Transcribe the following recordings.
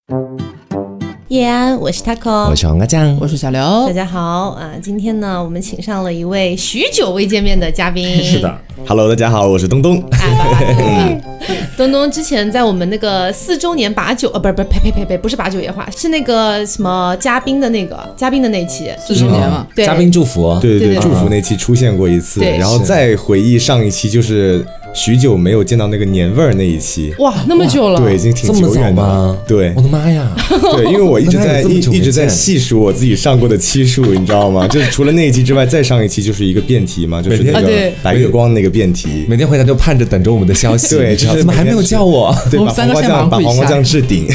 叶安，我是 Taco， 我是黄瓜酱， 我是小刘。 大家好啊！今天呢，我们请上了一位许久未见面的嘉宾。 是的 ，Hello， 大家好，我是东东。 东东之前在我们那个4周年把酒，不是把酒夜话，是那个什么嘉宾的那期 4周年嘛， 对， 嘉宾祝福， 对，祝福那期出现过一次，然后再回忆上一期就是许久没有见到那个年味儿那一期。 哇，那么久了， 对，已经挺久远的了。对， 我的妈呀！ 对，因为我一直在细数我自己上过的期数，你知道吗？就是除了那一期之外，再上一期就是一个辩题嘛，就是那个白月光那个辩题。 每天回来就盼着等着我们的消息， 对， 怎么还没有叫我？ 对，把黄瓜酱置顶。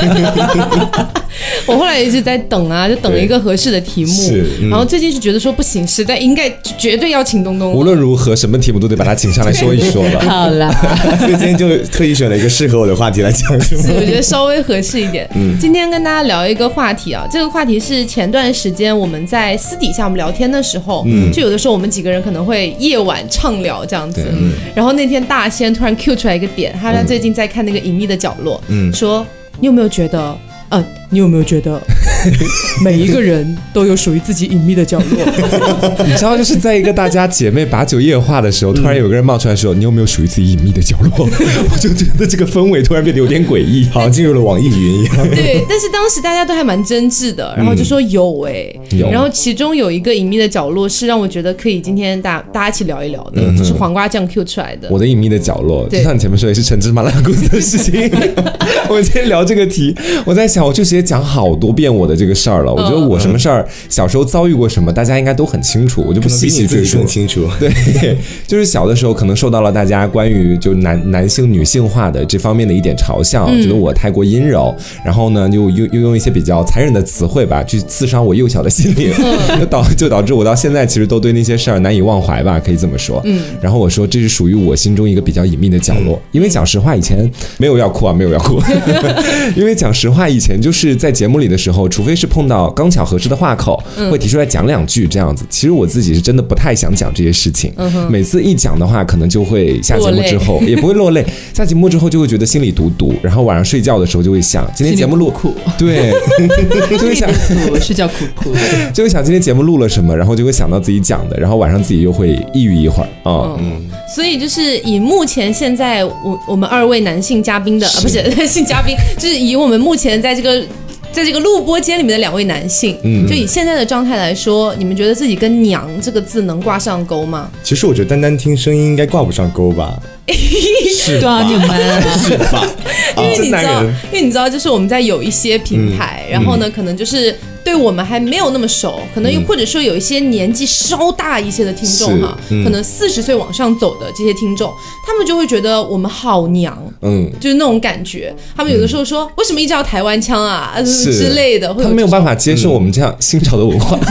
我后来一直在等啊，就等一个合适的题目。然后最近是觉得说不行，实在应该绝对要请东东。 无论如何，什么题目都得把他请上来说一说了。 好啦， 所以今天就特意选了一个适合我的话题来讲，是吗？ 是，我觉得稍微合适一点。今天跟大家聊一个话题啊，这个话题是前段时间我们在私底下我们聊天的时候，就有的时候我们几个人可能会夜晚畅聊这样子。然后那天大仙突然 Q 出来一个点，他最近在看那个《隐秘的角落》，说你有没有觉得？你有没有觉得每一个人都有属于自己隐秘的角落？ 你知道，就是在一个大家姐妹把酒夜话的时候，突然有个人冒出来说：“你有没有属于自己隐秘的角落？”我就觉得这个氛围突然变得有点诡异， 好像进入了网易云一样。 对，但是当时大家都还蛮真挚的，然后就说有然后其中有一个隐秘的角落是让我觉得可以今天大家一起聊一聊的，就是黄瓜酱 Q 出来的。 我的隐秘的角落，就像你前面说，也是陈芝麻烂谷子的事情。我们今天聊这个题，我在想，我就直接讲好多遍我的这个事儿了。我觉得我什么事儿，小时候遭遇过什么，大家应该都很清楚，我就不细细赘述。 更清楚。 对，就是小的时候可能受到了大家关于就男性女性化的这方面的一点嘲笑，觉得我太过阴柔，然后呢又用一些比较残忍的词汇吧，去刺伤我幼小的心灵，就导致我到现在其实都对那些事儿难以忘怀吧，可以这么说。然后我说这是属于我心中一个比较隐秘的角落，因为讲实话以前没有要哭，因为讲实话以前就是在节目里的时候，除非是碰到刚巧合适的话口，会提出来讲两句这样子。其实我自己是真的不太想讲这些事情，每次一讲的话，可能就会下节目之后也不会落泪，下节目之后就会觉得心里堵堵，然后晚上睡觉的时候就会想今天节目录苦， 对，就会想睡觉苦， 就会想今天节目录了什么，然后就会想到自己讲的，然后晚上自己又会抑郁一会儿所以就是以目前现在我们2位男性嘉宾的不是男性嘉宾，就是以我们目前在这个录播间里面的2位男性，就以现在的状态来说，你们觉得自己跟娘这个字能挂上钩吗？ 其实我觉得单单听声音应该挂不上钩吧。 是吧？你们是吧？ 因为你知道，就是我们在有一些平台，然后呢，可能就是对我们还没有那么熟，可能又或者说有一些年纪稍大一些的听众哈，可能40岁往上走的这些听众，他们就会觉得我们好娘，就是那种感觉。他们有的时候说，为什么一直要台湾腔啊之类的，他们没有办法接受我们这样新潮的文化。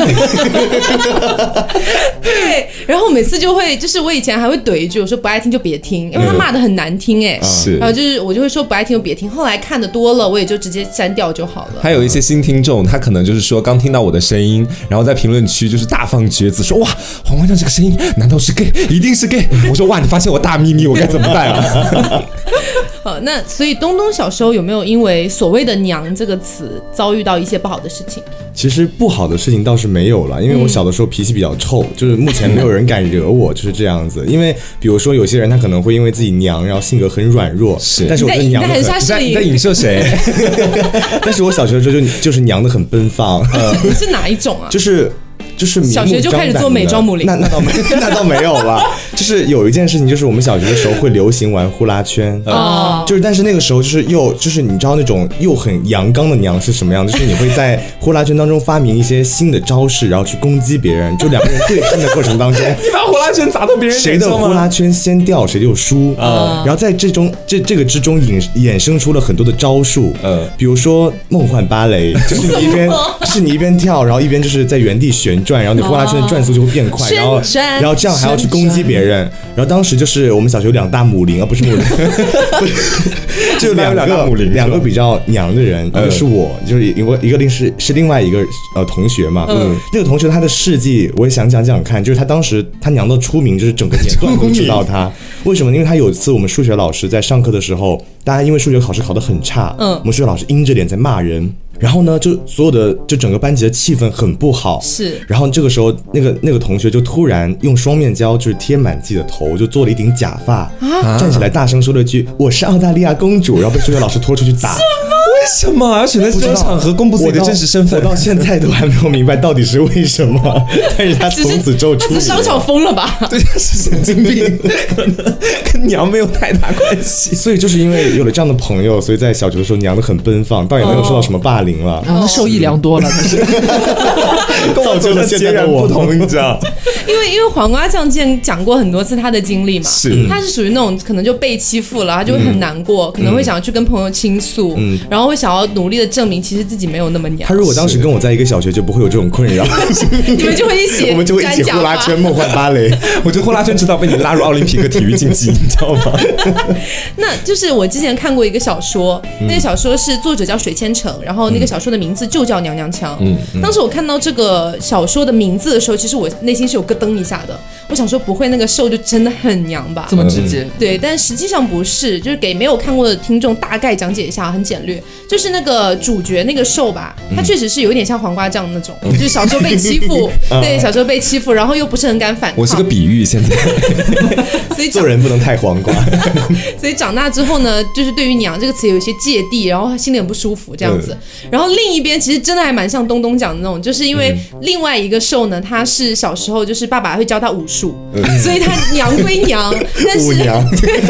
对，然后每次就会，就是我以前还会怼一句，我说不爱听就别听，因为他骂的很难听然后就是我就会说不爱听就别听。后来看的多了，我也就直接删掉就好了。 还有一些新听众，他可能就是说刚听到我的声音，然后在评论区就是大放厥词，说哇，黄瓜酱这个声音难道是 gay？ 一定是 gay！ 我说哇，你发现我大秘密，我该怎么办啊？ 好，那所以东东小时候有没有因为所谓的娘这个词遭遇到一些不好的事情？ 其实不好的事情倒是没有了，因为我小的时候脾气比较臭，就是目前没有人敢惹我，就是这样子。因为比如说有些人他可能会因为自己娘，然后性格很软弱，但是我跟娘的你在影射谁？ 但是我小学的时候就是娘的很奔放。 你是哪一种啊？ 就是小学就开始做美妆母零， 那倒没有了。就是有一件事情，就是我们小学的时候会流行玩呼啦圈，就是但是那个时候就是你知道那种又很阳刚的娘是什么样的？就是你会在呼啦圈当中发明一些新的招式，然后去攻击别人，就2个人对抗的过程当中， 你把呼啦圈砸到别人， 谁的呼啦圈先掉谁就输。然后在这个之中衍生出了很多的招数，比如说梦幻芭蕾，就是你一边跳，然后一边就是在原地旋转，然后你呼啦圈的转速就会变快，然后这样还要去攻击别人。然后当时就是我们小学有2大母灵啊，不是母灵，就两个比较娘的人，一个是我，就是一个是另外一个同学嘛。那个同学他的事迹我也想讲看，就是他当时他娘的出名，就是整个年段都知道他。为什么？因为他有一次我们数学老师在上课的时候，大家因为数学考试考得很差，我们数学老师阴着脸在骂人。然后呢，就所有的就整个班级的气氛很不好。 是。 然后这个时候，那个同学就突然用双面胶就是贴满自己的头，就做了一顶假发，站起来大声说了一句：“我是澳大利亚公主。”然后被数学老师拖出去打。 为什么要选在这种场合公布自己的真实身份？ 我到现在都还没有明白到底是为什么。但是他从此之后出名。 他是商场疯了吧？ 对，他是神经病，可能跟娘没有太大关系。 所以就是因为有了这样的朋友，所以在小学的时候娘的很奔放，倒也没有受到什么霸凌了。 然后受益良多了，他是造就了现在的我。 不同，你知道？ 因为黄瓜酱之前讲过很多次他的经历嘛，他是属于那种可能就被欺负了，他就会很难过，可能会想要去跟朋友倾诉，然后会想要努力的证明其实自己没有那么娘。 他如果当时跟我在一个小学，就不会有这种困扰。 你们就会一起， 我们就会一起呼啦圈、梦幻芭蕾。 我觉得呼啦圈迟早被你拉入奥林匹克体育竞技，你知道吗？ 那就是我之前看过一个小说，那个小说是作者叫水千成，然后那个小说的名字就叫娘娘腔。当时我看到这个小说的名字的时候，其实我内心是有咯噔一下的。我想说，不会那个兽就真的很娘吧？ 这么直接？ 对，但实际上不是，就是给没有看过的听众大概讲解一下，很简略。就是那个主角那个兽吧，它确实是有点像黄瓜酱那种，就是小时候被欺负，对，小时候被欺负，然后又不是很敢反抗。 我是个比喻，现在， 所以做人不能太黄瓜。 所以长大之后呢，就是对于娘这个词有一些芥蒂，然后心里很不舒服这样子。然后另一边其实真的还蛮像东东讲的那种，就是因为另外一个兽呢，他是小时候就是爸爸会教他武术，所以他娘归娘，但是舞娘。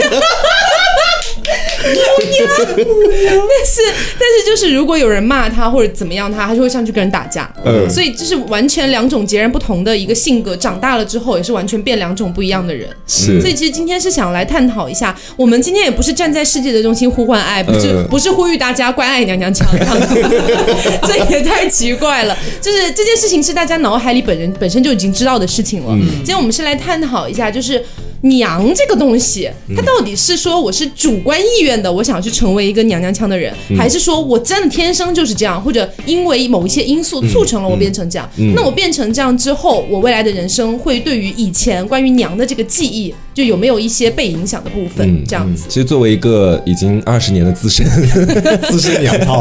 但是就是如果有人骂他或者怎么样他就会上去跟人打架。所以就是完全两种截然不同的一个性格，长大了之后也是完全变两种不一样的人。 是。 所以其实今天是想来探讨一下，我们今天也不是站在世界的中心呼唤爱，不是呼吁大家关爱娘娘腔这样子，这也太奇怪了。就是这件事情是大家脑海里本身就已经知道的事情了。今天我们是来探讨一下，就是娘这个东西，它到底是说我是主观意愿的，我想要去成为一个娘娘腔的人，还是说我真的天生就是这样，或者因为某一些因素促成了我变成这样？那我变成这样之后，我未来的人生会对于以前关于娘的这个记忆，就有没有一些被影响的部分？这样子。 其实作为一个已经20年的资深娘炮，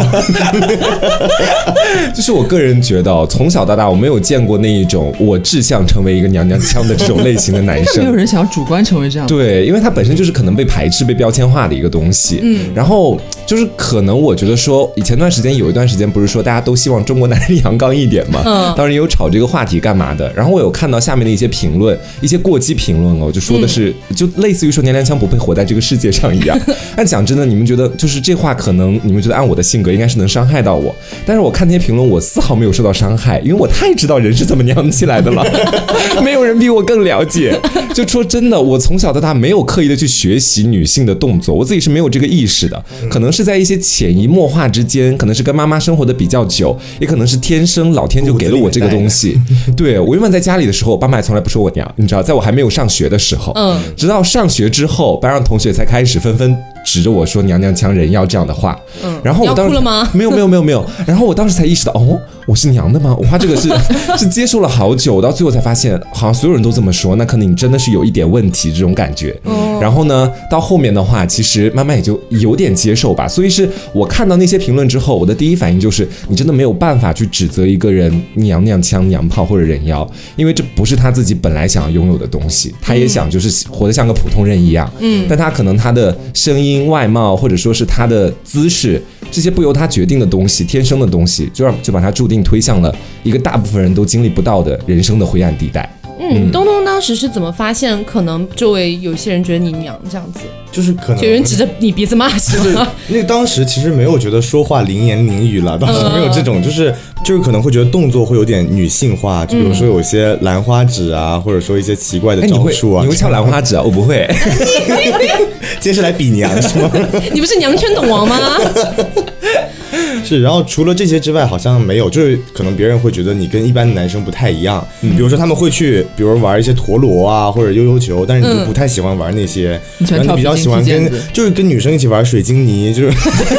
就是我个人觉得，从小到大我没有见过那一种我志向成为一个娘娘腔的这种类型的男生。 没有人想要主观成为这样。 对，因为它本身就是可能被排斥、被标签化的一个东西。然后就是可能我觉得说，前段时间有一段时间不是说大家都希望中国男人阳刚一点嘛？当然也有炒这个话题干嘛的。然后我有看到下面的一些评论，一些过激评论哦，就说的是，就类似于说娘娘腔不配活在这个世界上一样。但讲真的，你们觉得就是这话可能你们觉得按我的性格应该是能伤害到我，但是我看那些评论，我丝毫没有受到伤害，因为我太知道人是怎么娘起来的了，没有人比我更了解。就说真的，我从小到大没有刻意的去学习女性的动作，我自己是没有这个意识的，可能是在一些潜移默化之间，可能是跟妈妈生活的比较久，也可能是天生老天就给了我这个东西。对，我原本在家里的时候，我爸妈也从来不说我娘，你知道，在我还没有上学的时候，直到上学之后，班上同学才开始纷纷指着我说娘娘腔人妖这样的话。然后我当时要哭了吗？ 没有。然后我当时才意识到，哦，我是娘的吗？我怕这个是接受了好久，到最后才发现，好像所有人都这么说，那可能你真的是有一点问题这种感觉。然后呢，到后面的话，其实慢慢也就有点接受吧。所以是我看到那些评论之后，我的第一反应就是，你真的没有办法去指责一个人娘娘腔、娘炮或者人妖，因为这不是他自己本来想要拥有的东西，他也想就是活得像个普通人一样。但他可能他的声音、外貌，或者说是他的姿势，这些不由他决定的东西，天生的东西，就把他注定推向了一个大部分人都经历不到的人生的灰暗地带。 东东当时是怎么发现可能周围有些人觉得你娘这样子？ 就是可能有人指着你鼻子骂是吗？ 那当时其实没有觉得说话伶言伶语了，当时没有这种，就是可能会觉得动作会有点女性化，就比如说有些兰花指啊，或者说一些奇怪的招数啊。 你会跳兰花指啊？我不会。 今天是来比娘是吗？ 你不是娘圈懂王吗？ 是，然后除了这些之外，好像没有，就是可能别人会觉得你跟一般的男生不太一样。比如说他们会去，比如玩一些陀螺啊，或者悠悠球，但是你就不太喜欢玩那些，然后你比较喜欢就是跟女生一起玩水晶泥，就是。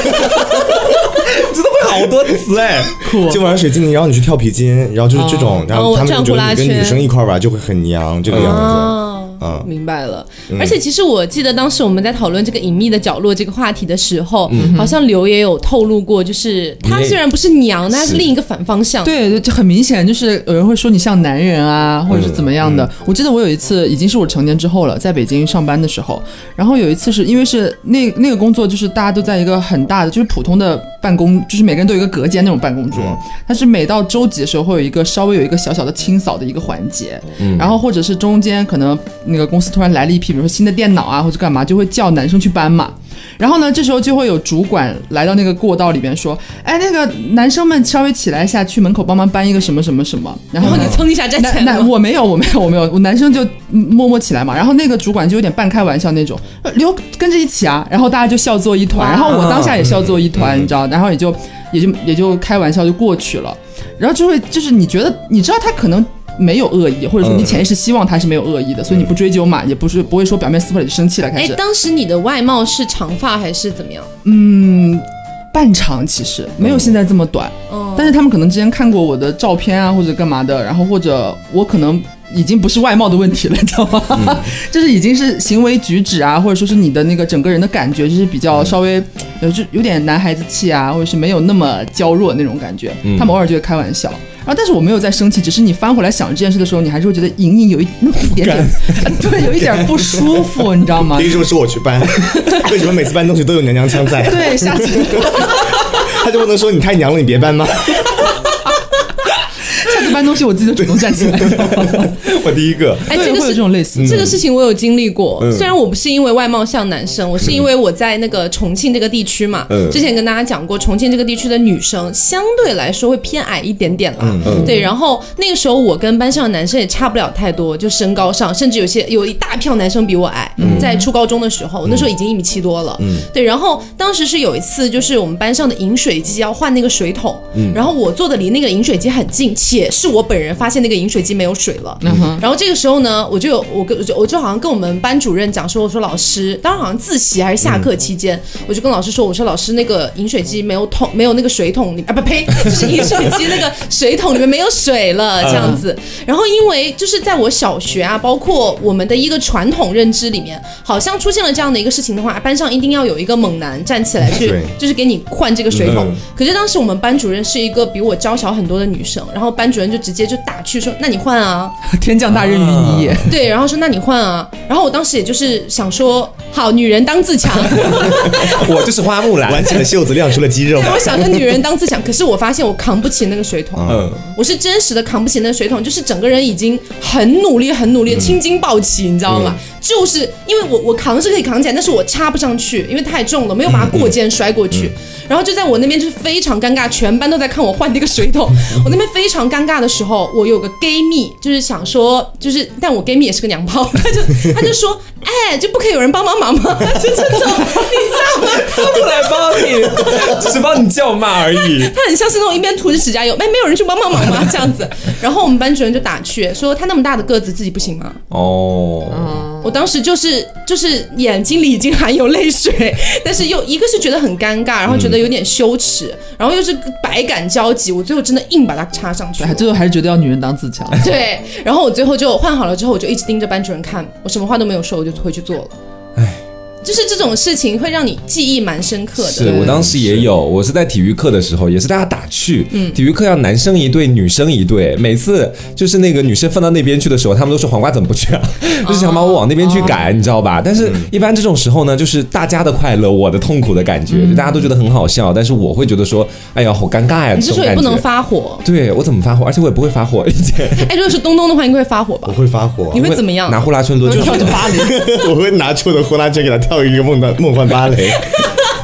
好多词哎，就玩水晶泥，然后你去跳皮筋，然后就是这种，然后他们觉得你跟女生一块玩就会很娘这个样子。 明白了。而且其实我记得当时我们在讨论这个隐秘的角落这个话题的时候，好像刘也有透露过，就是他虽然不是娘，但是另一个反方向。 对，就很明显，就是有人会说你像男人啊，或者是怎么样的。我记得我有一次已经是我成年之后了，在北京上班的时候，然后有一次是因为是那个工作，就是大家都在一个很大的，就是普通的办公，就是每个人都有一个隔间那种办公桌，但是每到周几的时候会有一个稍微有一个小小的清扫的一个环节，然后或者是中间可能那个公司突然来了一批，比如说新的电脑啊或者干嘛，就会叫男生去搬嘛。然后呢，这时候就会有主管来到那个过道里边说：“哎，那个男生们稍微起来一下，去门口帮忙搬一个什么什么什么。”然后你蹭一下站起来了。 我没有，我男生就默默起来嘛。然后那个主管就有点半开玩笑那种，刘跟着一起啊。然后大家就笑作一团，然后我当下也笑作一团，你知道，然后也就开玩笑就过去了。然后就是你觉得你知道他可能没有恶意，或者说你潜意识希望他是没有恶意的，所以你不追究嘛，也不会说表面撕破脸就生气了开始。 当时你的外貌是长发还是怎么样？ 半长，其实没有现在这么短。但是他们可能之前看过我的照片啊，或者干嘛的，然后或者我可能已经不是外貌的问题了，你知道吗？就是已经是行为举止啊，或者说是你的那个整个人的感觉，就是比较稍微就有点男孩子气啊，或者是没有那么娇弱那种感觉。他们偶尔就会开玩笑。然后，但是我没有在生气，只是你翻回来想这件事的时候，你还是会觉得隐隐有那么一点点，对，有一点不舒服，你知道吗？ 凭什么是我去搬？为什么每次搬东西都有娘娘腔在？ 对，下次他就不能说你太娘了，你别搬吗？ 下次搬东西我自己就主动站起来。 我第一个， 对，会有这种类似。 这个事情我有经历过，虽然我不是因为外貌像男生，我是因为我在那个重庆这个地区嘛，之前跟大家讲过，重庆这个地区的女生相对来说会偏矮一点点啦，对，然后那个时候我跟班上的男生也差不了太多，就身高上，甚至有一大票男生比我矮，在初高中的时候，那时候已经1.7米多了，对，然后当时是有一次，就是我们班上的饮水机要换那个水桶，然后我坐的离那个饮水机很近，且是我本人发现那个饮水机没有水了，然后这个时候呢，我就好像跟我们班主任讲说，我说老师，当时好像自习还是下课期间，我就跟老师说，我说老师那个饮水机没有那个水桶里啊，不呸，就是饮水机那个水桶里面没有水了这样子。然后因为就是在我小学啊，包括我们的一个传统认知里面，好像出现了这样的一个事情的话，班上一定要有一个猛男站起来去，就是给你换这个水桶。可是当时我们班主任是一个比我娇小很多的女生，然后班主任就直接就打趣说，那你换啊， 天降大任于你也。 对，然后说那你换啊，然后我当时也就是想说，好，女人当自强， 我就是花木兰， 挽起了袖子，亮出了肌肉。 我想跟女人当自强，可是我发现我扛不起那个水桶，我是真实的扛不起那个水桶，就是整个人已经很努力，青筋暴起，你知道吗？就是因为我扛是可以扛起来，但是我插不上去，因为太重了，没有把它过肩摔过去。然后就在我那边就是非常尴尬，全班都在看我换那个水桶。我那边非常尴尬的时候，我有个 gay 蜜，就是想说，但我 gay 蜜也是个娘炮，他就说，哎，就不可以有人帮忙吗？就这种，你知道吗？ 他不来帮你，只是帮你叫骂而已。 他很像是那种一边涂着指甲油，没有人去帮忙吗？这样子。然后我们班主任就打趣说，他那么大的个子自己不行吗？我当时就是眼睛里已经含有泪水，但是又一个是觉得很尴尬，然后觉得有点羞耻，然后又是百感交集，我最后真的硬把它插上去。 最后还是觉得要女人当自强。 对，然后我最后就换好了之后，我就一直盯着班主任看，我什么话都没有说，我就回去做了。就是这种事情会让你记忆蛮深刻的。 是我当时也有，我是在体育课的时候，也是大家打趣，体育课要男生一队，女生一队。每次就是那个女生放到那边去的时候，他们都说黄瓜怎么不去啊？就是想把我往那边去赶，你知道吧？但是一般这种时候呢，就是大家的快乐，我的痛苦的感觉，就大家都觉得很好笑，但是我会觉得说，哎呀，好尴尬呀！ 你这时候也不能发火。 对，我怎么发火？而且我也不会发火。 哎，如果是东东的话，你会发火吧？ 我会发火。 你会怎么样？ 拿呼啦圈抡， 跳着芭蕾。 我会拿出我的呼啦圈给他跳一个梦幻芭蕾。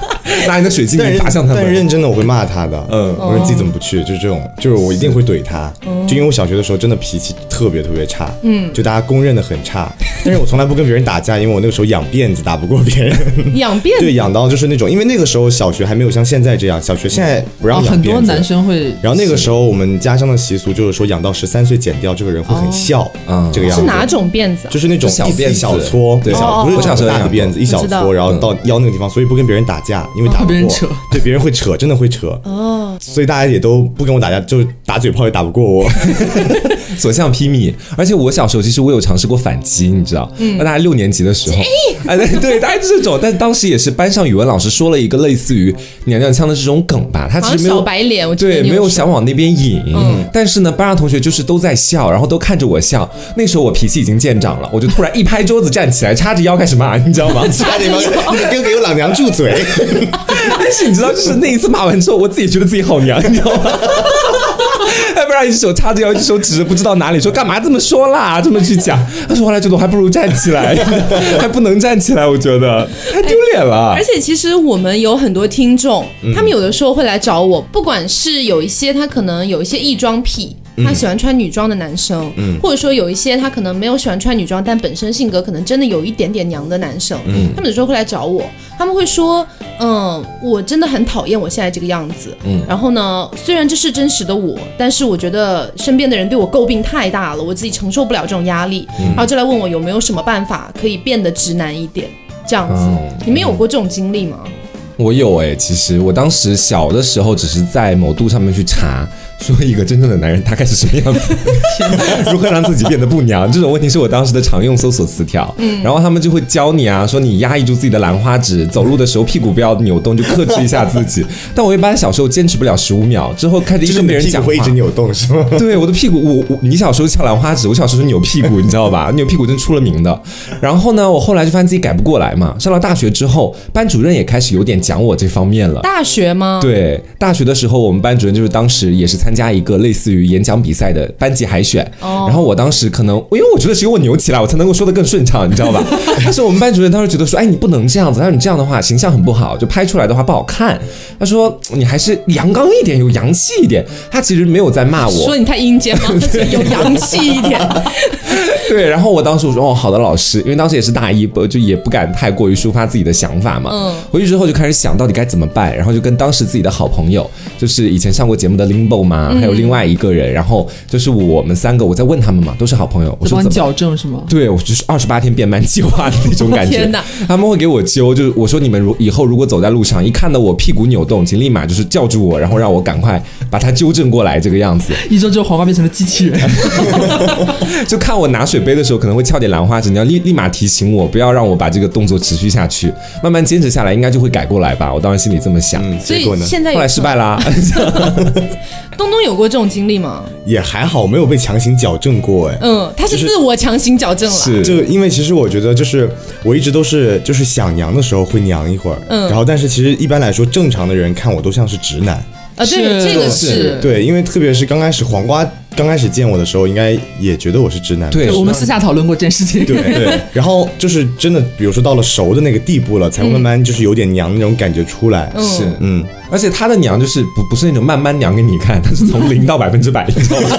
拿你的水晶瓶砸向他们。 但认真的我会骂他的，我说你自己怎么不去？就是这种，就是我一定会怼他，就因为我小学的时候真的脾气特别差，就大家公认的很差，但是我从来不跟别人打架，因为我那个时候养辫子打不过别人。 养辫子？ 对，养到就是那种，因为那个时候小学还没有像现在这样，小学现在不让养辫子， 很多男生会。 然后那个时候我们家乡的习俗就是说，养到13岁剪掉，这个人会很孝，这个样子。 是哪种辫子？ 就是那种一小撮，对，不是大的辫子，一小撮，然后到腰那个地方，所以不跟别人打架，因为打不过别人扯， 对，别人会扯，真的会扯。所以大家也都不跟我打架，就打嘴炮也打不过我。 所向披靡。而且我小时候其实我有尝试过反击，你知道，大概6年级的时候，对，大概是这种。但当时也是班上语文老师说了一个类似于娘娘腔的这种梗吧，他其实没有小白脸，我对，没有想往那边引。但是呢，班上同学就是都在笑，然后都看着我笑。那时候我脾气已经见长了，我就突然一拍桌子站起来，叉着腰开始骂，你知道吗？ 差点你给我老娘住嘴！ 但是你知道，就是那一次骂完之后，我自己觉得自己好娘，你知道吗？要不然一只手叉着腰，一只手指着不知道哪里，说干嘛这么说啦，这么去讲。但是后来觉得我还不如站起来，还不能站起来，我觉得太丢脸了。 而且其实我们有很多听众，他们有的时候会来找我，不管是有一些他可能有一些异装癖。他喜欢穿女装的男生，或者说有一些他可能没有喜欢穿女装，但本身性格可能真的有一点点娘的男生，他们有时候会来找我，他们会说，我真的很讨厌我现在这个样子，然后呢，虽然这是真实的我，但是我觉得身边的人对我诟病太大了，我自己承受不了这种压力，然后就来问我有没有什么办法可以变得直男一点，这样子，你们有过这种经历吗？ 我有其实我当时小的时候只是在某度上面去查，说一个真正的男人大概是什么样子，如何让自己变得不娘，这种问题是我当时的常用搜索词条。然后他们就会教你啊，说你压抑住自己的兰花指，走路的时候屁股不要扭动，就克制一下自己。但我一般小时候坚持不了15秒，之后开始跟别人讲话， 会一直扭动是吗？ 对，我的屁股，你小时候翘兰花指，我小时候是扭屁股，你知道吧？扭屁股真出了名的。然后呢，我后来就发现自己改不过来嘛。上了大学之后，班主任也开始有点讲我这方面了。 大学吗？ 对，大学的时候，我们班主任就是当时也是参加一个类似于演讲比赛的班级海选。然后我当时可能，因为我觉得只有我扭起来，我才能够说得更顺畅，你知道吧？但是我们班主任当时觉得说，你不能这样子，他说你这样的话形象很不好，就拍出来的话不好看。他说你还是阳刚一点，有阳气一点。他其实没有在骂我， 说你太阴间吗？有阳气一点。 对，然后我当时我说好的老师，因为当时也是大一，就也不敢太过于抒发自己的想法嘛。回去之后就开始想到底该怎么办，然后就跟当时自己的好朋友，就是以前上过节目的 Limbo 嘛，还有另外一个人，然后就是我们3个，我在问他们嘛，都是好朋友，我说怎么矫正是吗？ 对，我就是28天变慢计划的那种感觉。 天哪！ 他们会给我揪，就是我说你们以后如果走在路上，一看到我屁股扭动，请立马就是叫住我，然后让我赶快把它纠正过来，这个样子。 一周之后，黄瓜变成了机器人。 就看我拿水杯的时候，可能会翘点兰花指，你要立马提醒我，不要让我把这个动作持续下去，慢慢坚持下来，应该就会改过来吧。我当时心里这么想。 所以现在后来失败啦。 东东有过这种经历吗？ 也还好，没有被强行矫正过他是自我强行矫正了。 是， 就因为其实我觉得就是我一直都是就是想娘的时候会娘一会儿，然后但是其实一般来说正常的人看我都像是直男。 对，这个是对，因为特别是刚开始黄瓜刚开始见我的时候，应该也觉得我是直男。 对， 我们私下讨论过这件事情。 对，然后就是真的，比如说到了熟的那个地步了，才会慢慢就是有点娘那种感觉出来。 是，而且他的娘就是不是那种慢慢娘给你看，他是从0到100%，你知道吗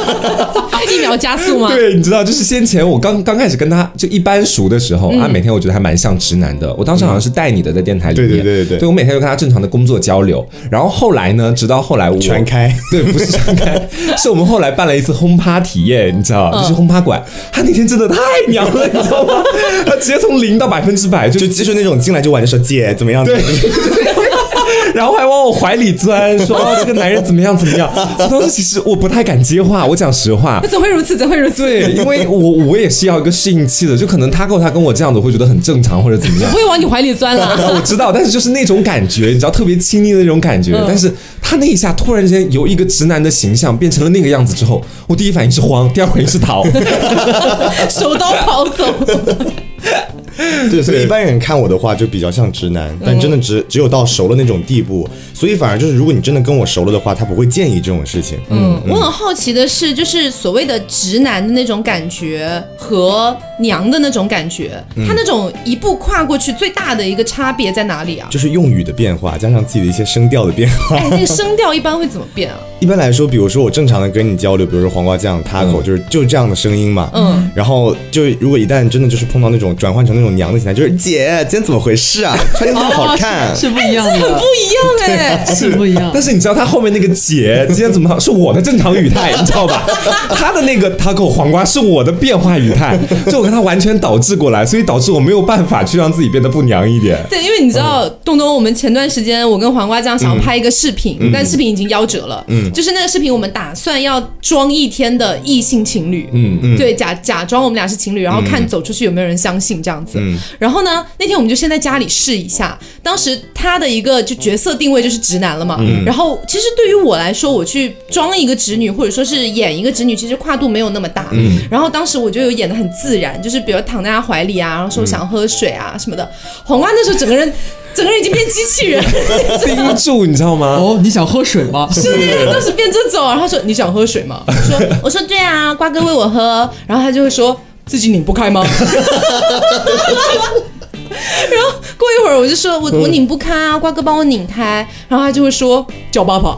？1秒加速吗？ 对，你知道，就是先前我刚开始跟他就一般熟的时候，每天我觉得还蛮像直男的。我当时好像是带你的在电台里面， 对， 我每天就跟他正常的工作交流。然后后来呢，直到后来我全开， 对，不是全开，是我们后来办了一次轰趴体验，你知道，就是轰趴馆。他那天真的太娘了，你知道吗？他直接从0到100%， 就是那种进来就玩的说姐怎么样？ 对。然后还往我怀里钻，说这个男人怎么样怎么样。当时其实我不太敢接话，我讲实话。 怎会如此？怎会如此？ 对，因为我也是要一个适应期的，就可能他跟我这样子，我会觉得很正常或者怎么样。 我会往你怀里钻了。 我知道，但是就是那种感觉，你知道，特别亲昵的那种感觉。但是他那一下突然间由一个直男的形象变成了那个样子之后，我第一反应是慌，第二反应是逃， 手刀跑走。 对，所以一般人看我的话就比较像直男，但真的只有到熟的那种地步，所以反而就是如果你真的跟我熟了的话，他不会介意这种事情。 我很好奇的是，就是所谓的直男的那种感觉和娘的那种感觉，他那种一步跨过去最大的一个差别在哪里啊？ 就是用语的变化，加上自己的一些声调的变化。 哎，那个声调一般会怎么变啊？ 一般来说，比如说我正常的跟你交流，比如说黄瓜酱、taco，就是这样的声音嘛。然后就如果一旦真的就是碰到那种转换成那种娘的形态，就是姐，今天怎么回事啊？穿得这么好看， 是不一样的， 很不一样哎， 是不一样。 但是你知道他后面那个姐今天怎么好是我的正常语态，你知道吧？他的那个taco黄瓜是我的变化语态，就我跟他完全导致过来，所以导致我没有办法去让自己变得不娘一点。 对，因为你知道，东东，我们前段时间我跟黄瓜酱想要拍一个视频，但视频已经夭折了。就是那个视频我们打算要装一天的异性情侣，对，假装我们俩是情侣，然后看走出去有没有人相信这样子。然后呢，那天我们就先在家里试一下，当时他的一个就角色定位就是直男了嘛。然后其实对于我来说，我去装一个直女或者说是演一个直女，其实跨度没有那么大。然后当时我就有演得很自然，就是比如躺在他怀里啊，然后说我想喝水啊什么的。黄瓜那时候整个人已经变机器人， 盯住你知道吗？ 哦，你想喝水吗？ 是，当时变这种，然后他说你想喝水吗？我说对啊，瓜哥喂我喝，然后他就会说自己拧不开吗？然后过一会儿我就说我拧不开啊，瓜哥帮我拧开，然后他就会说叫爸爸。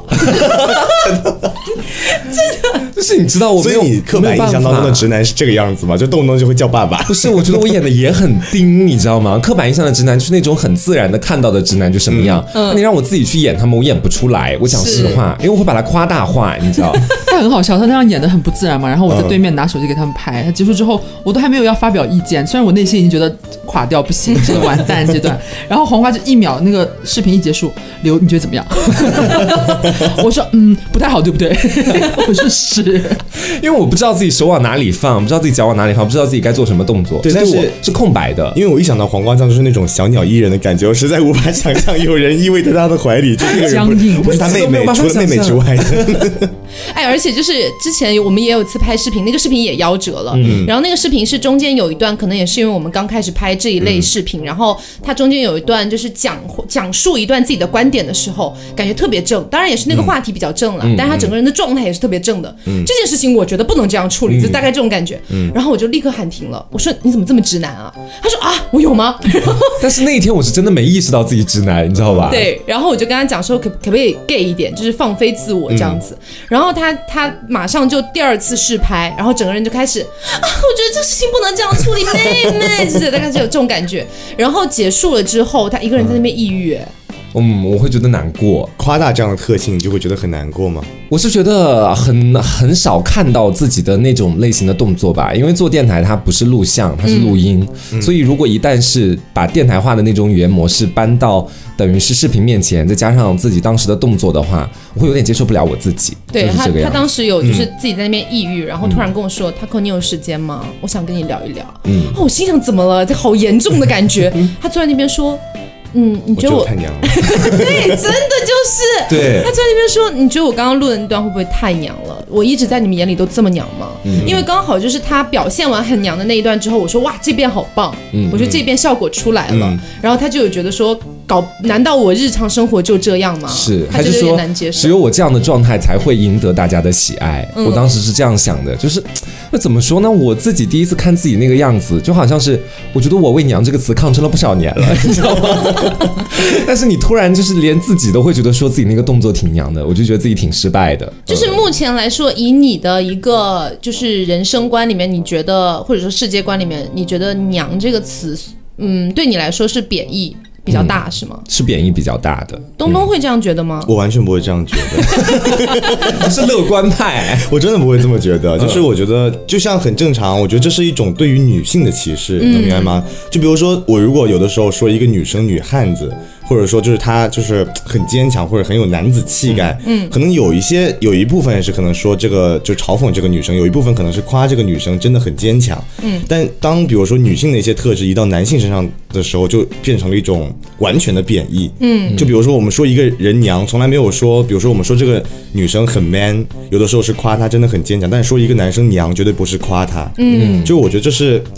真的，就是你知道我没有， 所以你刻板印象当中的直男是这个样子吗？就动不动就会叫爸爸？ 不是，我觉得我演的也很盯，你知道吗？刻板印象的直男就是那种很自然的看到的直男就什么样，那你让我自己去演他们，我演不出来。我讲实话，因为我会把它夸大化，你知道。 他很好笑，他那样演的很不自然嘛。然后我在对面拿手机给他们拍，他结束之后我都还没有要发表意见，虽然我内心已经觉得垮掉不行，这个完蛋阶段。然后黄瓜就1秒，那个视频一结束，刘你觉得怎么样？我说不太好，对不对？我说是， 因为我不知道自己手往哪里放，不知道自己脚往哪里放，不知道自己该做什么动作。 对，但是是空白的。 因为我一想到黄瓜酱就是那种小鸟依人的感觉，我实在无法想象有人依偎在他的怀里，就这个人不是他妹妹，除了妹妹之外的。 哎，而且就是之前我们也有一次拍视频，那个视频也夭折了。然后那个视频是中间有一段，可能也是因为我们刚开始拍这一类视频，然后它中间有一段就是讲述一段自己的观点的时候，感觉特别正。当然也是那个话题比较正了，但是他整个人的状态也是特别正的。这件事情我觉得不能这样处理，就大概这种感觉。然后我就立刻喊停了，我说你怎么这么直男啊？他说啊，我有吗？ 但是那一天我是真的没意识到自己直男，你知道吧？ 对，然后我就跟他讲说可不可以 gay 一点，就是放飞自我这样子。然后他马上就第2次试拍，然后整个人就开始我觉得这事情不能这样处理，妹妹，就是大概就有这种感觉。然后结束了之后，他一个人在那边抑郁。 我会觉得难过。 夸大这样的特性，你就会觉得很难过吗？ 我是觉得很少看到自己的那种类型的动作吧，因为做电台它不是录像，它是录音，所以如果一旦是把电台化的那种语言模式搬到等于是视频面前，再加上自己当时的动作的话，我会有点接受不了我自己。 对， 就是这个样子。 他当时有就是自己在那边抑郁，然后突然跟我说：“Taco，你有时间吗？我想跟你聊一聊。”我心想怎么了？这好严重的感觉。他坐在那边说。你觉得我太娘了？ 对，真的就是对。 他在那边说，你觉得我刚刚录的那段会不会太娘了？我一直在你们眼里都这么娘吗？因为刚好就是他表现完很娘的那一段之后，我说哇，这边好棒，我觉得这边效果出来了，然后他就有觉得说。难道我日常生活就这样吗？ 是， 他就有点难接受。 只有我这样的状态才会赢得大家的喜爱。我当时是这样想的，就是那怎么说呢？我自己第一次看自己那个样子，就好像是我觉得我为娘这个词抗争了不少年了，你知道吗？但是你突然就是连自己都会觉得说自己那个动作挺娘的，我就觉得自己挺失败的。 就是目前来说，以你的一个就是人生观里面，你觉得或者说世界观里面，你觉得娘这个词，对你来说是贬义比较大是吗？ 是贬义比较大的。 东东会这样觉得吗？ 我完全不会这样觉得。 你是乐观派。 我真的不会这么觉得，就是我觉得就像很正常，我觉得这是一种对于女性的歧视，能明白吗？就比如说我如果有的时候说一个女生女汉子，或者说就是她就是很坚强或者很有男子气概，可能有一部分是可能说这个就嘲讽这个女生，有一部分可能是夸这个女生真的很坚强，但当比如说女性的一些特质移到男性身上的时候，就变成了一种完全的贬义，就比如说我们说一个人娘，从来没有说，比如说我们说这个女生很 man， 有的时候是夸她真的很坚强，但是说一个男生娘绝对不是夸他，就我觉得这是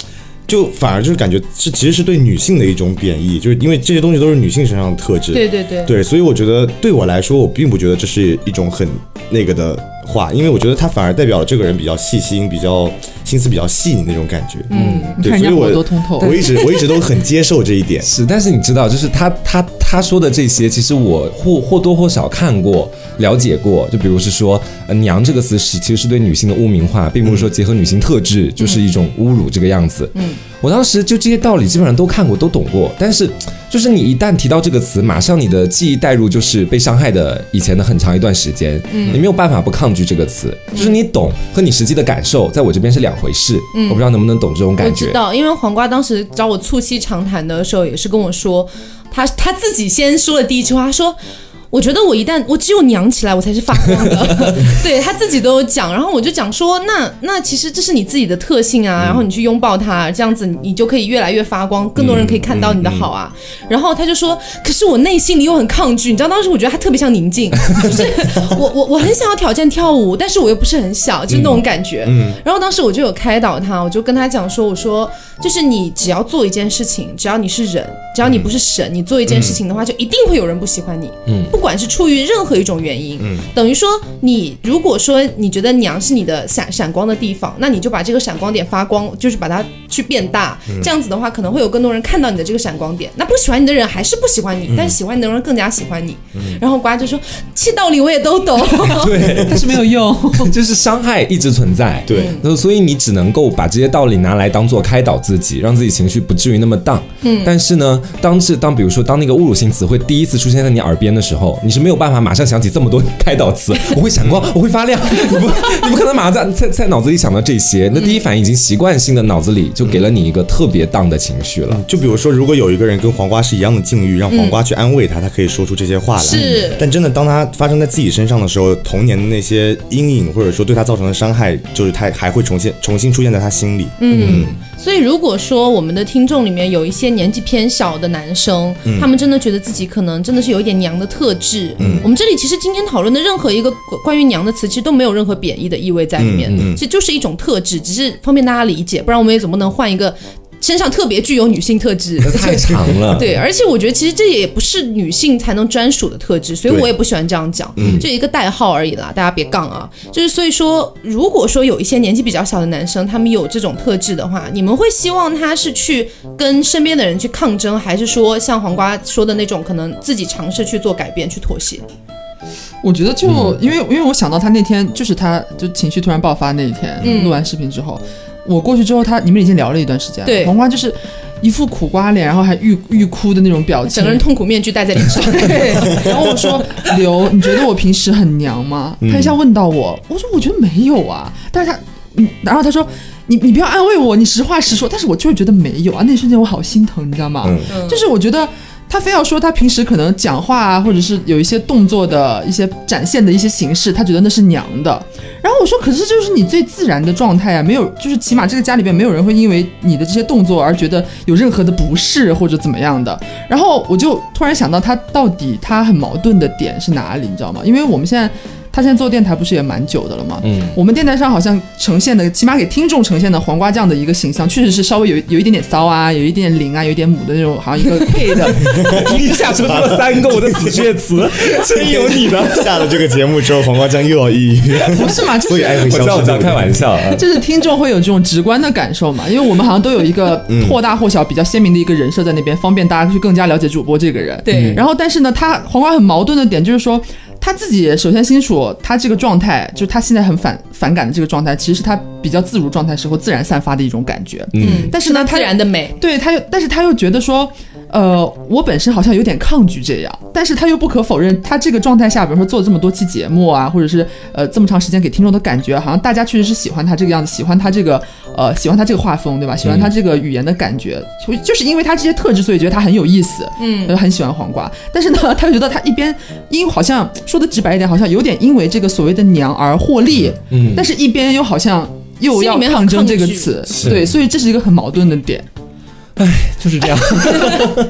就反而就是感觉其实是对女性的一种贬义，就是因为这些东西都是女性身上的特质。对，所以我觉得对我来说，我并不觉得这是一种很那个的话，因为我觉得它反而代表了这个人比较细心，比较心思比较细腻那种感觉。对，所以我一直都很接受这一点。 是，但是你知道，就是他说的这些，其实我或多或少看过、了解过。就比如是说，娘这个词其实是对女性的污名化，并不是说结合女性特质就是一种侮辱这个样子。我当时就这些道理基本上都看过、都懂过，但是就是你一旦提到这个词，马上你的记忆带入就是被伤害的以前的很长一段时间，你没有办法不抗拒这个词，就是你懂和你实际的感受在我这边是两回事。我不知道能不能懂这种感觉。 我知道，因为黄瓜当时找我促膝长谈的时候，也是跟我说，他自己先说了第一句话，他说。我觉得我只有娘起来我才是发光的对，他自己都有讲，然后我就讲说那其实这是你自己的特性啊，然后你去拥抱它，这样子你就可以越来越发光，更多人可以看到你的好啊。然后他就说可是我内心里又很抗拒，你知道当时我觉得他特别像宁静，就是我很想要挑战跳舞，但是我又不是很小，就是那种感觉。然后当时我就有开导他，我就跟他讲说，我说就是你只要做一件事情，只要你是人，只要你不是神，你做一件事情的话就一定会有人不喜欢你。不管是出于任何一种原因，等于说你如果说你觉得娘是你的闪光的地方，那你就把这个闪光点发光，就是把它去变大，这样子的话可能会有更多人看到你的这个闪光点。那不喜欢你的人还是不喜欢你，但是喜欢你的人更加喜欢你。然后瓜就说这些道理我也都懂对， 但是没有用就是伤害一直存在。 对， 所以你只能够把这些道理拿来当做开导自己，让自己情绪不至于那么荡。但是呢，当比如说当那个侮辱性词汇第一次出现在你耳边的时候，你是没有办法马上想起这么多开导词，我会闪光，我会发亮，你不可能马上在脑子里想到这些，那第一反应已经习惯性的脑子里就给了你一个特别荡的情绪了。 就比如说，如果有一个人跟黄瓜是一样的境遇，让黄瓜去安慰他，他可以说出这些话来。 是， 但真的当他发生在自己身上的时候，童年的那些阴影或者说对他造成的伤害，就是他还会重新出现在他心里。 所以如果说我们的听众里面有一些年纪偏小的男生，他们真的觉得自己可能真的是有一点娘的特质，我们这里其实今天讨论的任何一个关于娘的词，其实都没有任何贬义的意味在里面，其实就是一种特质，只是方便大家理解，不然我们也总不能换一个身上特别具有女性特质， 太长了。 对，而且我觉得其实这也不是女性才能专属的特质，所以我也不喜欢这样讲，就一个代号而已啦，大家别杠啊。就是所以说，如果说有一些年纪比较小的男生，他们有这种特质的话，你们会希望他是去跟身边的人去抗争，还是说像黄瓜说的那种，可能自己尝试去做改变，去妥协？ 我觉得就因为我想到他那天就是他就情绪突然爆发那一天，录完视频之后，我过去之后你们已经聊了一段时间， 对， 黄瓜就是一副苦瓜脸，然后还欲哭的那种表情， 整个人痛苦面具戴在脸上。 对，然后我说刘，你觉得我平时很娘吗？他一下问到我说我觉得没有啊，但是然后他说你不要安慰我，你实话实说，但是我就是觉得没有啊，那一瞬间我好心疼，你知道吗？就是我觉得。他非要说他平时可能讲话啊，或者是有一些动作的一些展现的一些形式，他觉得那是娘的。然后我说，可是这就是你最自然的状态啊，没有，就是起码这个家里边没有人会因为你的这些动作而觉得有任何的不适或者怎么样的。然后我就突然想到，他到底他很矛盾的点是哪里，你知道吗？因为我们现在。他现在做电台不是也蛮久的了吗？我们电台上好像呈现的，起码给听众呈现的黄瓜酱的一个形象，确实是稍微有一点点骚啊，有一点点灵啊，有一点母的那种，好像一个 gay 的。 一下说出了3个我的死穴词，真有你的。 下了这个节目之后，黄瓜酱又要抑郁， 不是嘛？就是、 所以爱会消失。 我开玩笑啊， 就是听众会有这种直观的感受嘛，因为我们好像都有一个或大或小比较鲜明的一个人设在那边，方便大家去更加了解主播这个人。 对， 然后但是呢，黄瓜很矛盾的点就是说。他自己首先清楚，他这个状态，就是他现在很反感的这个状态，其实是他比较自如状态时候自然散发的一种感觉。但是呢， 自然的美， 对但是他又觉得说，我本身好像有点抗拒这样，但是他又不可否认，他这个状态下，比如说做了这么多期节目啊，或者是这么长时间给听众的感觉，好像大家确实是喜欢他这个样子，喜欢他这个画风，对吧？喜欢他这个语言的感觉，就是因为他这些特质，所以觉得他很有意思，很喜欢黄瓜。但是呢，他又觉得他一边好像说的直白一点，好像有点因为这个所谓的娘而获利，但是一边又好像又要抗争这个词，对，所以这是一个很矛盾的点。 唉，就是这样。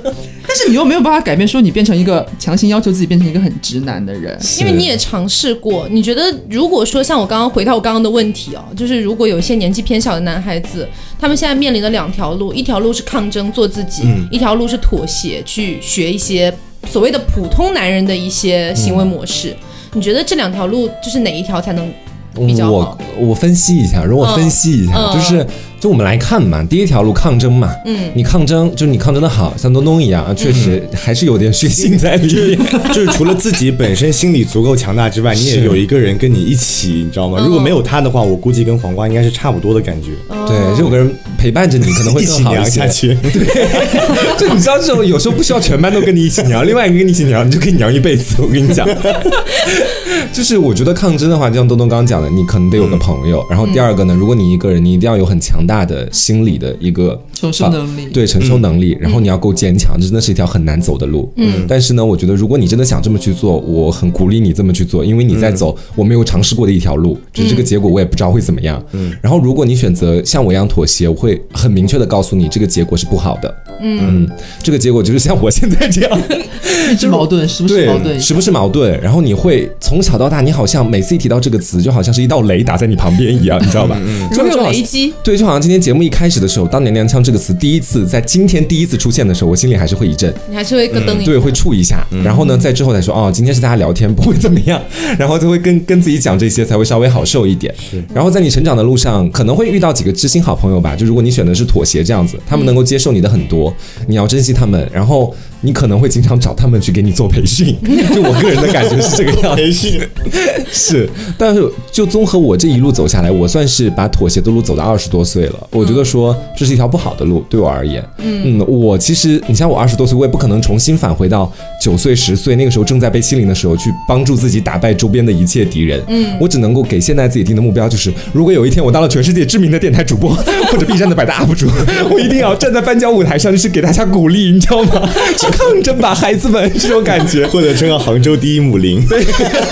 但是你又没有办法改变，说你变成一个强行要求自己变成一个很直男的人， 因为你也尝试过。你觉得如果说像我刚刚回到我刚刚的问题哦，就是如果有一些年纪偏小的男孩子，他们现在面临的2条路，一条路是抗争做自己，一条路是妥协去学一些所谓的普通男人的一些行为模式。你觉得这2条路就是哪一条才能比较好？ 我分析一下，如果分析一下，就我们来看嘛，第一条路抗争嘛，你抗争就是你抗争的好，像东东一样，确实还是有点血性在里面， 就是除了自己本身心理足够强大之外，你也有一个人跟你一起，你知道吗？如果没有他的话，我估计跟黄瓜应该是差不多的感觉。 对，就有个人陪伴着你，可能会更好一些。 一起娘下去， 对，就你知道这种有时候不需要全班都跟你一起娘，另外一个跟你一起娘，你就可以娘一辈子。我跟你讲，就是我觉得抗争的话，就像东东刚刚讲的，你可能得有个朋友，然后第二个呢，如果你一个人，你一定要有很强大的心理的一个承受能力， 对，承受能力，然后你要够坚强，这真的是一条很难走的路。但是呢，我觉得如果你真的想这么去做，我很鼓励你这么去做，因为你在走我没有尝试过的一条路，就是这个结果我也不知道会怎么样。然后如果你选择像我一样妥协，我会很明确的告诉你，这个结果是不好的。这个结果就是像我现在这样， 一直矛盾，时不时矛盾， 时不时矛盾。然后你会从小到大，你好像每次一提到这个词，就好像是一道雷打在你旁边一样，你知道吧？ 就有雷击。 对，就好像今天节目一开始的时候，当娘娘腔这个词在今天第一次出现的时候，我心里还是会一震， 你还是会咯噔一下， 对，会触一下。然后呢，在之后才说哦，今天是大家聊天，不会怎么样，然后就会跟自己讲这些，才会稍微好受一点。然后在你成长的路上，可能会遇到几个知心好朋友吧，就如果你选的是妥协这样子，他们能够接受你的很多，你要珍惜他们，然后你可能会经常找他们去给你做培训，就我个人的感觉是这个样子。 培训是，但是就综合我这一路走下来，我算是把妥协的路走到20多岁了。我觉得说这是一条不好的路，对我而言。我其实你像我20多岁，我也不可能重新返回到9岁10岁那个时候正在被欺凌的时候去帮助自己打败周边的一切敌人。我只能够给现在自己定的目标就是，如果有一天我当了全世界知名的电台主播或者 B 站的百大 UP 主，我一定要站在颁奖舞台上，就是给大家鼓励，你知道吗？去抗争吧，孩子们，这种感觉， 或者称个杭州第一母林。对。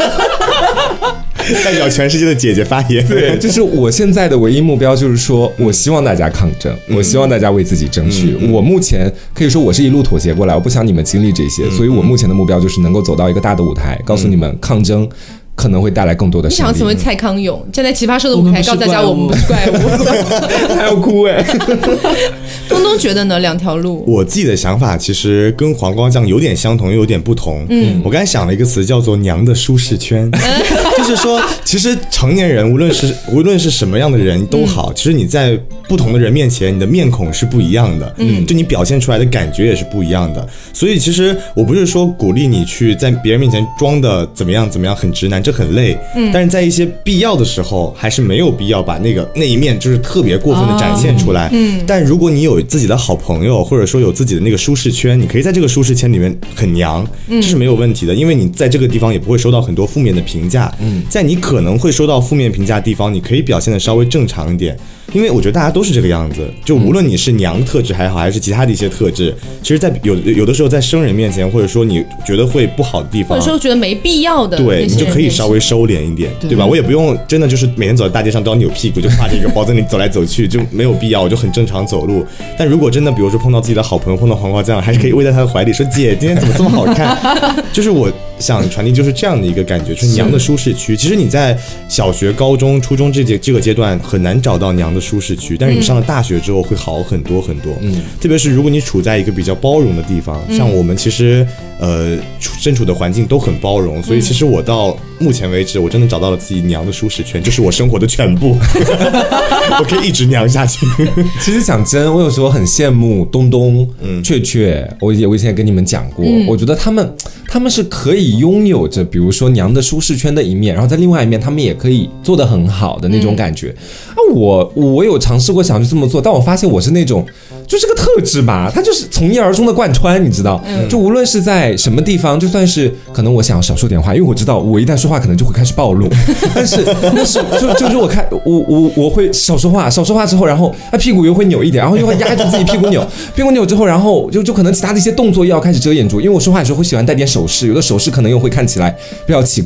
代表全世界的姐姐发言。 对，就是我现在的唯一目标，就是说我希望大家抗争，我希望大家为自己争取。我目前可以说我是一路妥协过来，我不想你们经历这些，所以我目前的目标就是能够走到一个大的舞台，告诉你们抗争可能会带来更多的胜利。 你想成为蔡康永，站在奇葩说的舞台告诉大家我们不是怪物， 还要哭哎。 东东觉得呢？2条路， 我自己的想法其实跟黄瓜酱有点相同，又有点不同。我刚才想了一个词叫做“娘的舒适圈”，就是说，其实成年人无论是什么样的人都好，其实你在不同的人面前，你的面孔是不一样的，就你表现出来的感觉也是不一样的。所以其实我不是说鼓励你去在别人面前装的怎么样很直男，这很累。但是在一些必要的时候，还是没有必要把那一面就是特别过分的展现出来。但如果你有自己的好朋友，或者说有自己的那个舒适圈，你可以在这个舒适圈里面很娘，这是没有问题的，因为你在这个地方也不会收到很多负面的评价。在你可能会收到负面评价的地方，你可以表现的稍微正常一点。因为我觉得大家都是这个样子，就无论你是娘的特质还好，还是其他的一些特质，其实在有的时候在生人面前，或者说你觉得会不好的地方， 或者说觉得没必要的， 对，你就可以稍微收敛一点，对吧？我也不用真的就是每天走在大街上都要扭屁股，就挎着一个包在那里走来走去，就没有必要，我就很正常走路。但如果真的比如说碰到自己的好朋友，碰到黄瓜酱，还是可以偎在他的怀里说：“姐，今天怎么这么好看？”就是我想传递就是这样的一个感觉，就是娘的舒适区。其实你在小学、高中、初中这个阶段很难找到娘的舒适区，但是你上了大学之后会好很多很多。特别是如果你处在一个比较包容的地方，像我们其实身处的环境都很包容，所以其实我到目前为止，我真的找到了自己娘的舒适圈，就是我生活的全部。我可以一直娘下去。 其实讲真，我有时候很羡慕东东、雀雀，我以前跟你们讲过，我觉得他们是可以拥有着，比如说娘的舒适圈的一面，然后在另外一面，他们也可以做得很好的那种感觉。我有尝试过想去这么做，但我发现我是那种就是个特质吧，它就是从一而终的贯穿，你知道？就无论是在什么地方，就算是可能我想要少说点话，因为我知道我一旦说话可能就会开始暴露，但是就是我会少说话之后，然后屁股又会扭一点，然后又会压住自己屁股扭之后，然后就可能其他的一些动作又要开始遮掩住，因为我说话的时候会喜欢带点手势，有的手势可能又会看起来比较奇怪。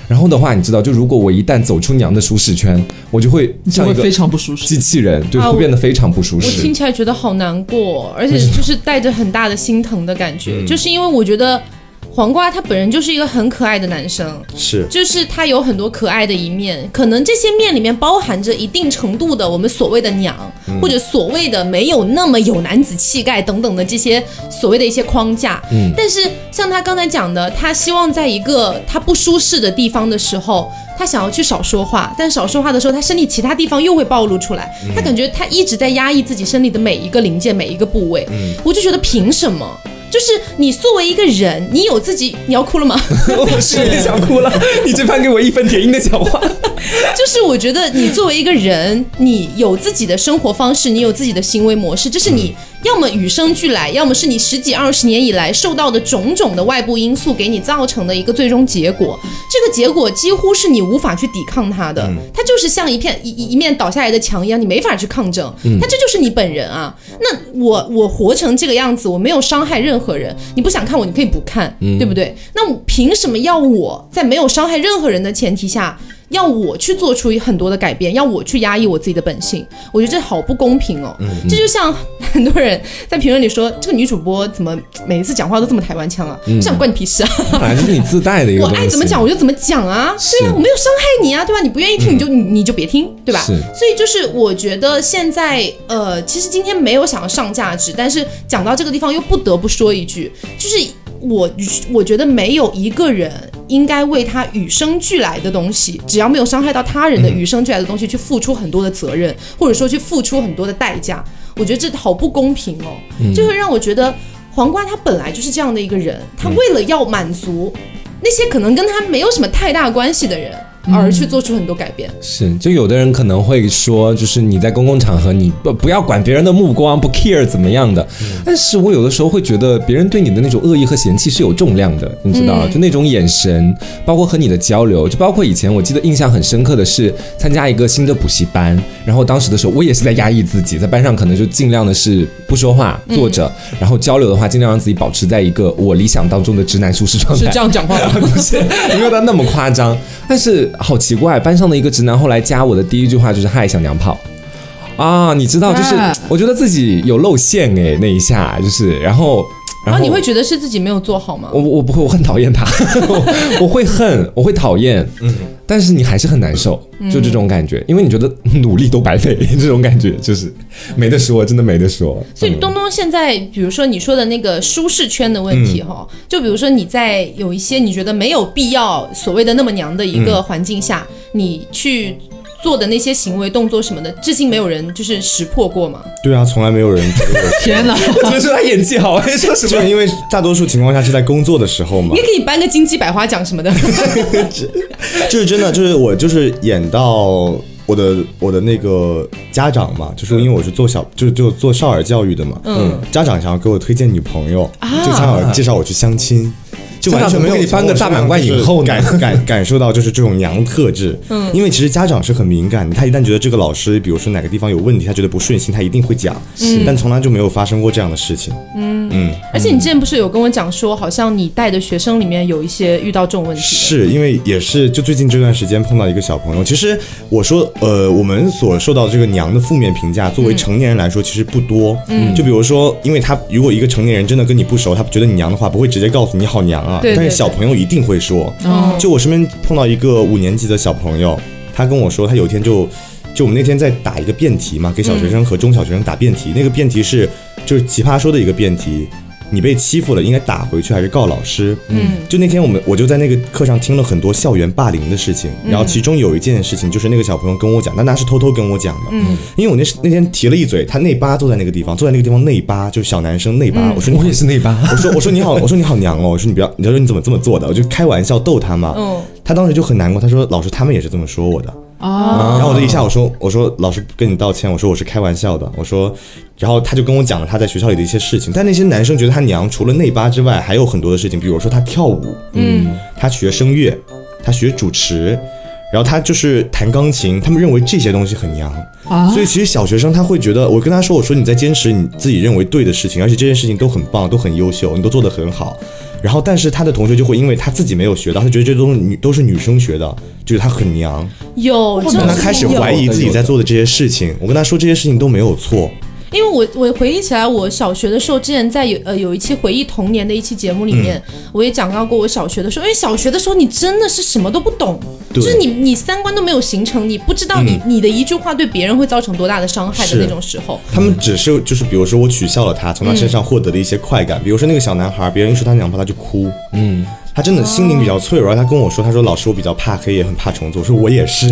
然后的话，你知道，就如果我一旦走出娘的舒适圈，我就会像一个非常不舒适机器人，对，会变得非常不舒适。 我听起来觉得好难过，而且就是带着很大的心疼的感觉，就是因为我觉得黄瓜他本人就是一个很可爱的男生，就是他有很多可爱的一面，可能这些面里面包含着一定程度的我们所谓的娘，或者所谓的没有那么有男子气概等等的这些所谓的一些框架。但是像他刚才讲的，他希望在一个他不舒适的地方的时候，他想要去少说话，但少说话的时候，他身体其他地方又会暴露出来，他感觉他一直在压抑自己身体的每一个零件、每一个部位。我就觉得凭什么？就是你作为一个人，你有自己，你要哭了吗？ 我是有点想哭了，你这番给我义愤填膺的讲话。 就是我觉得你作为一个人，你有自己的生活方式，你有自己的行为模式，这是你要么与生俱来，要么是你10几20年以来受到的种种的外部因素给你造成的一个最终结果。这个结果几乎是你无法去抵抗它的，它就是像一面倒下来的墙一样，你没法去抗争。它这就是你本人啊。那我活成这个样子，我没有伤害任何人，你不想看我，你可以不看，对不对？那我凭什么要我在没有伤害任何人的前提下，要我去做出很多的改变，要我去压抑我自己的本性？我觉得这好不公平哦。这就像很多人在评论里说，这个女主播怎么每一次讲话都这么台湾腔啊？想关你屁事啊！ 本来就是你自带的一个东西， 我爱怎么讲我就怎么讲啊。对啊，我没有伤害你啊，对吧？你不愿意听你就别听，对吧？所以就是我觉得现在其实今天没有想要上价值，但是讲到这个地方又不得不说一句，就是我觉得没有一个人应该为他与生俱来的东西，只要没有伤害到他人的与生俱来的东西去付出很多的责任，或者说去付出很多的代价。我觉得这好不公平哦，就会让我觉得黄瓜他本来就是这样的一个人，他为了要满足那些可能跟他没有什么太大关系的人而去做出很多改变。 是，就有的人可能会说，就是你在公共场合你不要管别人的目光，不 care 怎么样的。但是我有的时候会觉得别人对你的那种恶意和嫌弃是有重量的，你知道，就那种眼神，包括和你的交流，就包括以前我记得印象很深刻的是参加一个新的补习班，然后当时的时候我也是在压抑自己，在班上可能就尽量的是不说话坐着，然后交流的话尽量让自己保持在一个我理想当中的直男舒适状态。 是这样讲话吗？ 不是，没有到那么夸张。但是好奇怪，班上的一个直男后来加我的第一句话就是嗨小娘炮啊，你知道，就是我觉得自己有露馅那一下，就是然后你会觉得是自己没有做好吗？ 我不会，我很讨厌他，我会恨，我会讨厌，但是你还是很难受，就这种感觉，因为你觉得努力都白费，这种感觉就是没得说，真的没得说。 所以东东现在，比如说你说的那个舒适圈的问题就比如说你在有一些你觉得没有必要所谓的那么娘的一个环境下，你去做的那些行为动作什么的，至今没有人就是识破过吗？ 对啊，从来没有人天哪， 我觉得说他演技好，说什么？ 就因为大多数情况下是在工作的时候嘛。 你也可以颁个金鸡百花奖什么的。 就是真的，就是我就是演到我的那个家长嘛，就是因为我是就做少儿教育的嘛，家长想要给我推荐女朋友，就想要介绍我去相亲。就完全没有给你颁个大满贯影后呢， 感受到就是这种娘特质。因为其实家长是很敏感的，他一旦觉得这个老师比如说哪个地方有问题，他觉得不顺心，他一定会讲，但从来就没有发生过这样的事情。 而且你之前不是有跟我讲说，好像你带的学生里面有一些遇到这种问题。 是因为也是就最近这段时间碰到一个小朋友，其实我说我们所受到的这个娘的负面评价，作为成年人来说其实不多。就比如说，因为他如果一个成年人真的跟你不熟，他觉得你娘的话，不会直接告诉你好娘啊。但是小朋友一定会说。就我身边碰到一个5年级的小朋友，他跟我说，他有一天就我们那天在打一个辩题嘛，给小学生和中小学生打辩题，那个辩题是就是奇葩说的一个辩题，你被欺负了应该打回去还是告老师？就那天我就在那个课上听了很多校园霸凌的事情，然后其中有一件事情就是那个小朋友跟我讲，但他是偷偷跟我讲的，因为我那天提了一嘴，他内八坐在那个地方内八，就是小男生内八，我说我也是内八， 我说你好，我说你好娘哦，我说你不要，你说你怎么这么做的，我就开玩笑逗他嘛，他当时就很难过，他说老师他们也是这么说我的。然后我就一下我说老师跟你道歉，我说我是开玩笑的，我说，然后他就跟我讲了他在学校里的一些事情，但那些男生觉得他娘除了内八之外还有很多的事情，比如说他跳舞，他学声乐，他学主持， 然后他就是弹钢琴，他们认为这些东西很娘啊，所以其实小学生他会觉得，我跟他说，我说你在坚持你自己认为对的事情，而且这件事情都很棒，都很优秀，你都做得很好。然后，但是他的同学就会因为他自己没有学到，他觉得这都是女生学的，就是他很娘，让他开始怀疑自己在做的这些事情。我跟他说这些事情都没有错。 因为我回忆起来，我小学的时候，之前在有一期回忆童年的一期节目里面，我也讲到过我小学的时候，因为小学的时候你真的是什么都不懂，就是你三观都没有形成，你不知道你的一句话对别人会造成多大的伤害的那种时候。 他们只是就是比如说我取笑了他，从他身上获得了一些快感，比如说那个小男孩，别人一说他娘炮他就哭，他真的心灵比较脆弱，他跟我说，他说老师我比较怕黑，也很怕虫子。我说我也是，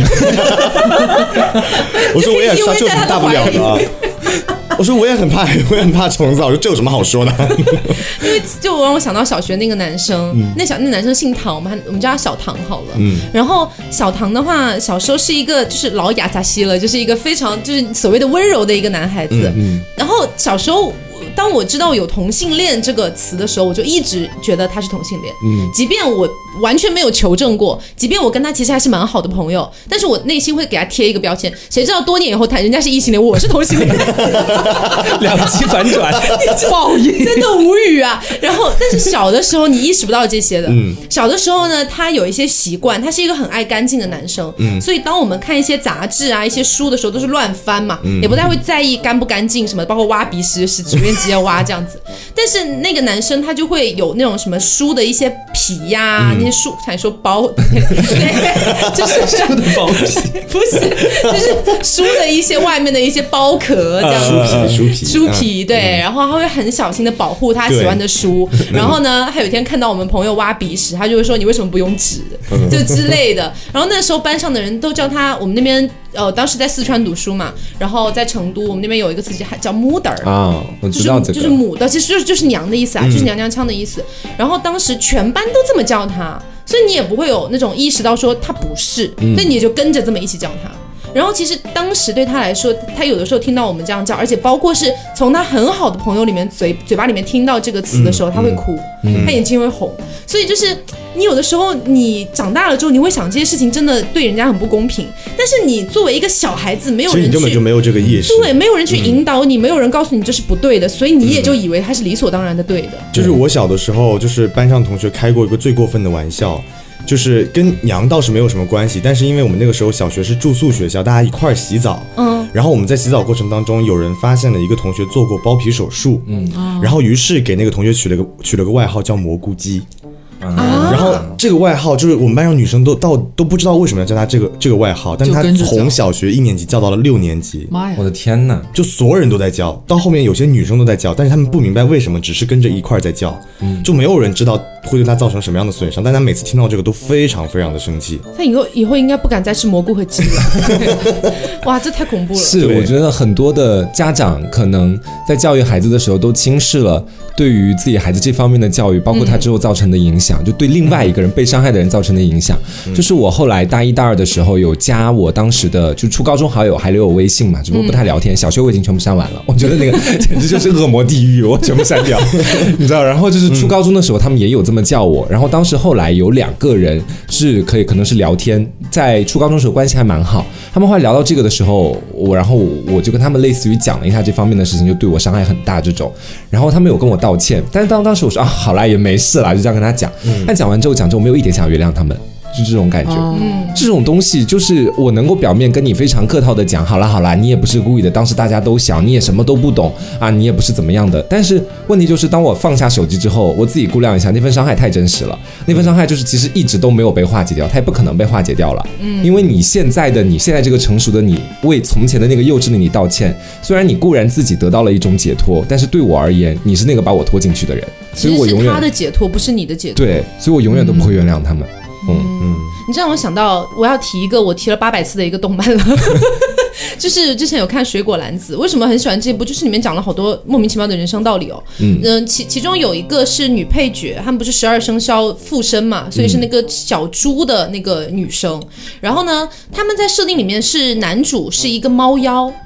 我说我也是，这有什么大不了的？我说我也很怕黑，我也很怕虫子。我说这有什么好说的？ 因为就让我想到小学那个男生，那男生姓唐，我们叫他小唐好了。然后小唐的话，小时候是一个就是老雅扎西了，就是一个非常就是所谓的温柔的一个男孩子。然后小时候。当我知道有同性恋这个词的时候，我就一直觉得他是同性恋，即便我完全没有求证过，即便我跟他其实还是蛮好的朋友，但是我内心会给他贴一个标签，谁知道多年以后人家是异性恋，我是同性恋， 两极反转， 报应，真的无语啊。然后，但是小的时候你意识不到这些的，小的时候呢，他有一些习惯，他是一个很爱干净的男生，所以当我们看一些杂志啊、一些书的时候，都是乱翻嘛，也不太会在意干不干净什么，包括挖鼻屎是主任要挖这样子，但是那个男生他就会有那种什么书的一些皮呀、那些书，才说包，对，就是书的包皮，不是，就是书的一些外面的一些包壳这样子，书皮，对，然后他会很小心的保护他喜欢的书，然后呢，他有一天看到我们朋友挖鼻屎，他就会说你为什么不用纸，就之类的，然后那时候班上的人都叫他，我们那边。当时在四川读书嘛，然后在成都，我们那边有一个词叫母的儿啊，我知道这个， 就是母的，其实就是娘的意思啊，就是娘娘腔的意思。然后当时全班都这么叫他，所以你也不会有那种意识到说他不是，那你也就跟着这么一起叫他。然后其实当时对他来说，他有的时候听到我们这样叫，而且包括是从他很好的朋友里面嘴巴里面听到这个词的时候，他会哭，他眼睛会红。所以就是你有的时候你长大了之后，你会想这些事情真的对人家很不公平，但是你作为一个小孩子，没有人去， 其实你根本就没有这个意识， 对，没有人去引导你，没有人告诉你这是不对的，所以你也就以为他是理所当然的对的。 就是我小的时候，就是班上同学开过一个最过分的玩笑。就是跟娘倒是没有什么关系，但是因为我们那个时候小学是住宿学校，大家一块儿洗澡，然后我们在洗澡过程当中，有人发现了一个同学做过包皮手术，然后于是给那个同学取了个外号叫蘑菇鸡。然后这个外号就是我们班上女生都不知道为什么要叫他这个外号，但是他从小学1年级叫到了6年级， 妈呀， 我的天哪！ 就所有人都在叫，到后面有些女生都在叫，但是他们不明白为什么，只是跟着一块在叫，就没有人知道会对他造成什么样的损伤，但他每次听到这个都非常非常的生气。 他以后应该不敢再吃蘑菇和鸡了。哇，这太恐怖了。 是，我觉得很多的家长可能在教育孩子的时候都轻视了对于自己孩子这方面的教育，包括他之后造成的影响，就对另外一个人被伤害的人造成的影响。就是我后来大1大2的时候有加我当时的就初高中好友，还留有微信嘛，只不过不太聊天。小学我已经全部删完了，我觉得那个简直就是恶魔地狱，我全部删掉，你知道。然后就是初高中的时候，他们也有这么叫我。然后当时后来有2个人是可能是聊天，在初高中的时候关系还蛮好。他们后来聊到这个的时候，然后我就跟他们类似于讲了一下这方面的事情，就对我伤害很大这种。然后他们有跟我道歉，但是当时我说啊，好啦，也没事啦，就这样跟他讲。但讲完之后，我没有一点想要原谅他们。就这种感觉，这种东西就是我能够表面跟你非常客套的讲，好啦，你也不是故意的，当时大家都小，你也什么都不懂啊，你也不是怎么样的。但是问题就是，当我放下手机之后，我自己估量一下，那份伤害太真实了，那份伤害就是其实一直都没有被化解掉，它也不可能被化解掉了。因为你现在这个成熟的你，为从前的那个幼稚的你道歉，虽然你固然自己得到了一种解脱，但是对我而言，你是那个把我拖进去的人，所以我永远是他的解脱，不是你的解脱。 对，所以我永远都不会原谅他们。 你这让我想到，我要提一个我提了800次的一个动漫了，就是之前有看《水果篮子》，为什么很喜欢这部？就是里面讲了好多莫名其妙的人生道理哦。其中有一个是女配角，他们不是12生肖附身嘛，所以是那个小猪的那个女生。然后呢，他们在设定里面是男主是一个猫妖。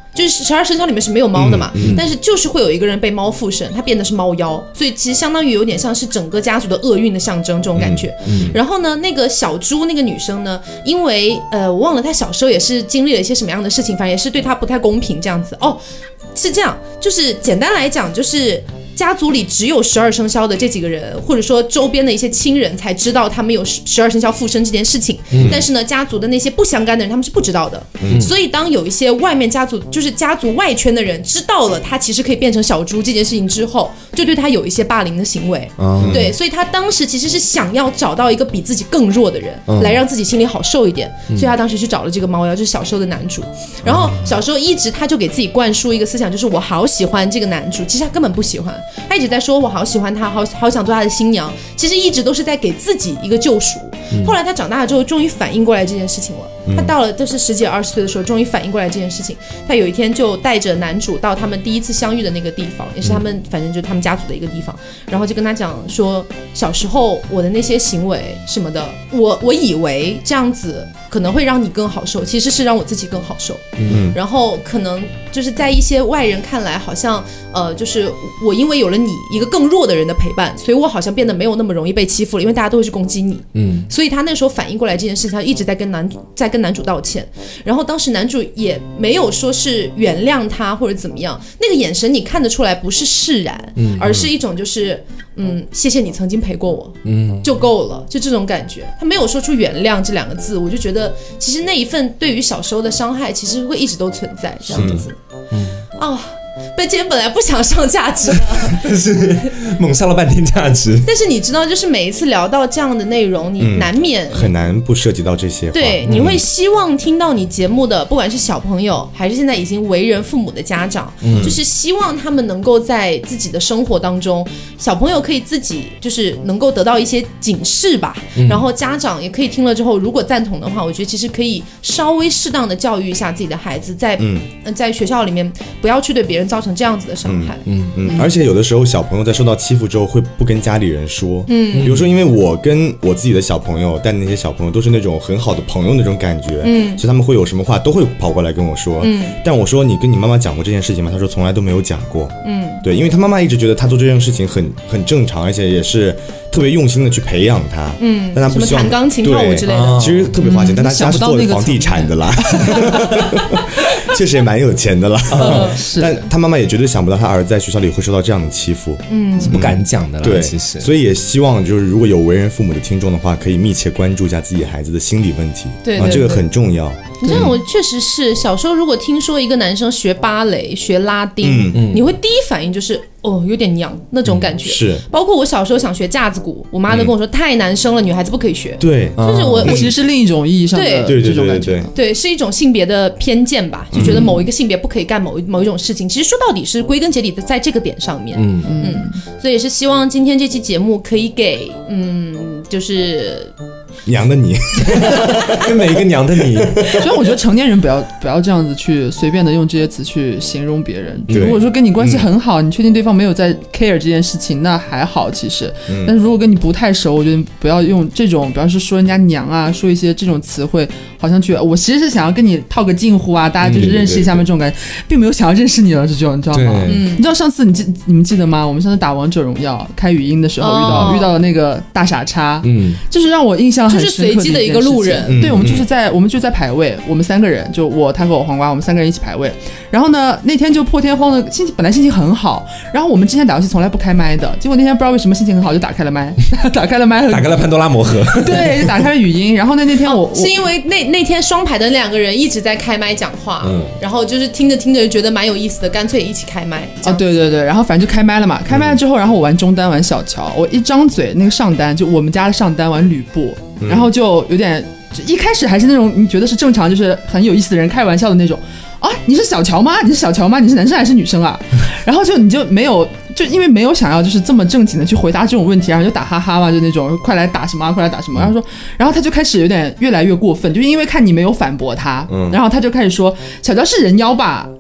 就是12生肖里面是没有猫的嘛，但是就是会有一个人被猫附身，他变得是猫妖，所以其实相当于有点像是整个家族的厄运的象征这种感觉。然后呢，那个小猪那个女生呢，因为我忘了她小时候也是经历了一些什么样的事情，反正也是对她不太公平这样子。哦，是这样，就是简单来讲就是。家族里只有12生肖的这几个人，或者说周边的一些亲人才知道他们有12生肖附身这件事情，但是呢，家族的那些不相干的人他们是不知道的。所以当有一些外面家族就是家族外圈的人知道了他其实可以变成小猪这件事情之后，就对他有一些霸凌的行为。对，所以他当时其实是想要找到一个比自己更弱的人，来让自己心里好受一点。所以他当时去找了这个猫妖，就是小时候的男主。然后小时候一直他就给自己灌输一个思想，就是我好喜欢这个男主，其实他根本不喜欢。他一直在说我好喜欢他，好想做他的新娘，其实一直都是在给自己一个救赎。后来他长大了之后终于反应过来这件事情了，他到了就是10几20岁的时候终于反应过来这件事情。他有一天就带着男主到他们第一次相遇的那个地方，也是他们反正就是他们家族的一个地方，然后就跟他讲说小时候我的那些行为什么的，我以为这样子可能会让你更好受，其实是让我自己更好受。然后可能就是在一些外人看来好像就是我因为有了你一个更弱的人的陪伴，所以我好像变得没有那么容易被欺负了，因为大家都会去攻击你。所以他那时候反应过来这件事情，他一直在跟男主道歉。然后当时男主也没有说是原谅他或者怎么样，那个眼神你看得出来不是释然，而是一种就是谢谢你曾经陪过我，就够了，就这种感觉。他没有说出原谅这2个字，我就觉得其实那一份对于小时候的伤害其实会一直都存在这样子。今天本来不想上价值的， 但是猛上了半天价值。 但是你知道，就是每一次聊到这样的内容，你难免很难不涉及到这些话。 对，你会希望听到你节目的，不管是小朋友还是现在已经为人父母的家长，就是希望他们能够在自己的生活当中，小朋友可以自己就是能够得到一些警示吧，然后家长也可以听了之后，如果赞同的话，我觉得其实可以稍微适当的教育一下自己的孩子，在学校里面不要去对别人造成这样子的伤害。 而且有的时候小朋友在受到欺负之后会不跟家里人说，比如说因为我跟我自己的小朋友带的那些小朋友都是那种很好的朋友那种感觉，所以他们会有什么话都会跑过来跟我说，但我说你跟你妈妈讲过这件事情吗？他说从来都没有讲过。对，因为他妈妈一直觉得他做这件事情很正常，而且也是特别用心的去培养他，但他不希望什么弹钢琴跳舞之类的， 其实特别花钱，但他家是做房地产的啦，确实也蛮有钱的啦。但他妈妈也绝对想不到他儿子在学校里会受到这样的欺负， 是不敢讲的啦。 对， 其实所以也希望就是如果有为人父母的听众的话，可以密切关注一下自己孩子的心理问题， 对， 这个很重要。 你知道我确实是小时候如果听说一个男生学芭蕾学拉丁，你会第一反应就是有点娘那种感觉。 是， 包括我小时候想学架子鼓，我妈都跟我说太男生了，女孩子不可以学。 对， 就是我其实是另一种意义上的这种感觉。 对，是一种性别的偏见吧，就觉得某一个性别不可以干某一种事情。其实说到底是归根结底的在这个点上面。所以也是希望今天这期节目可以给就是娘的你跟每一个娘的你。 所以我觉得成年人不要这样子去随便的用这些词去形容别人。 如果说跟你关系很好，你确定对方没有在 care 这件事情，那还好其实。但是如果跟你不太熟，我觉得不要用这种，比方说人家娘啊，说一些这种词汇，好像去我其实是想要跟你套个近乎啊，大家就是认识一下嘛，这种感觉，并没有想要认识你了这种，你知道吗？你知道上次你们记得吗？我们上次打王者荣耀开语音的时候遇到了那个大傻叉，就是让我印象很深刻就是随机的一个路人。 对，我们就在排位，我们3个人，就我他和我黄瓜，我们3个人一起排位。然后呢，那天就破天荒的本来心情很好，然后我们之前打游戏从来不开麦的，结果那天不知道为什么心情很好就打开了麦，打开了潘多拉魔盒， 对，就打开了语音。然后那天我是因为那天双排的2个人一直在开麦讲话，然后就是听着就觉得蛮有意思的，干脆一起开麦。 对，然后反正就开麦了嘛。开麦了之后，然后我玩中单玩小乔，我一张嘴那个上单就我们家的上单玩吕布，然后就有点一开始还是那种你觉得是正常就是很有意思的人开玩笑的那种啊，你是小乔吗？你是男生还是女生啊？然后你就没有，就因为没有想要就是这么正经的去回答这种问题，然后就打哈哈嘛，就那种快来打什么，然后他就开始有点越来越过分，就是因为看你没有反驳他，然后他就开始说小乔是人妖吧，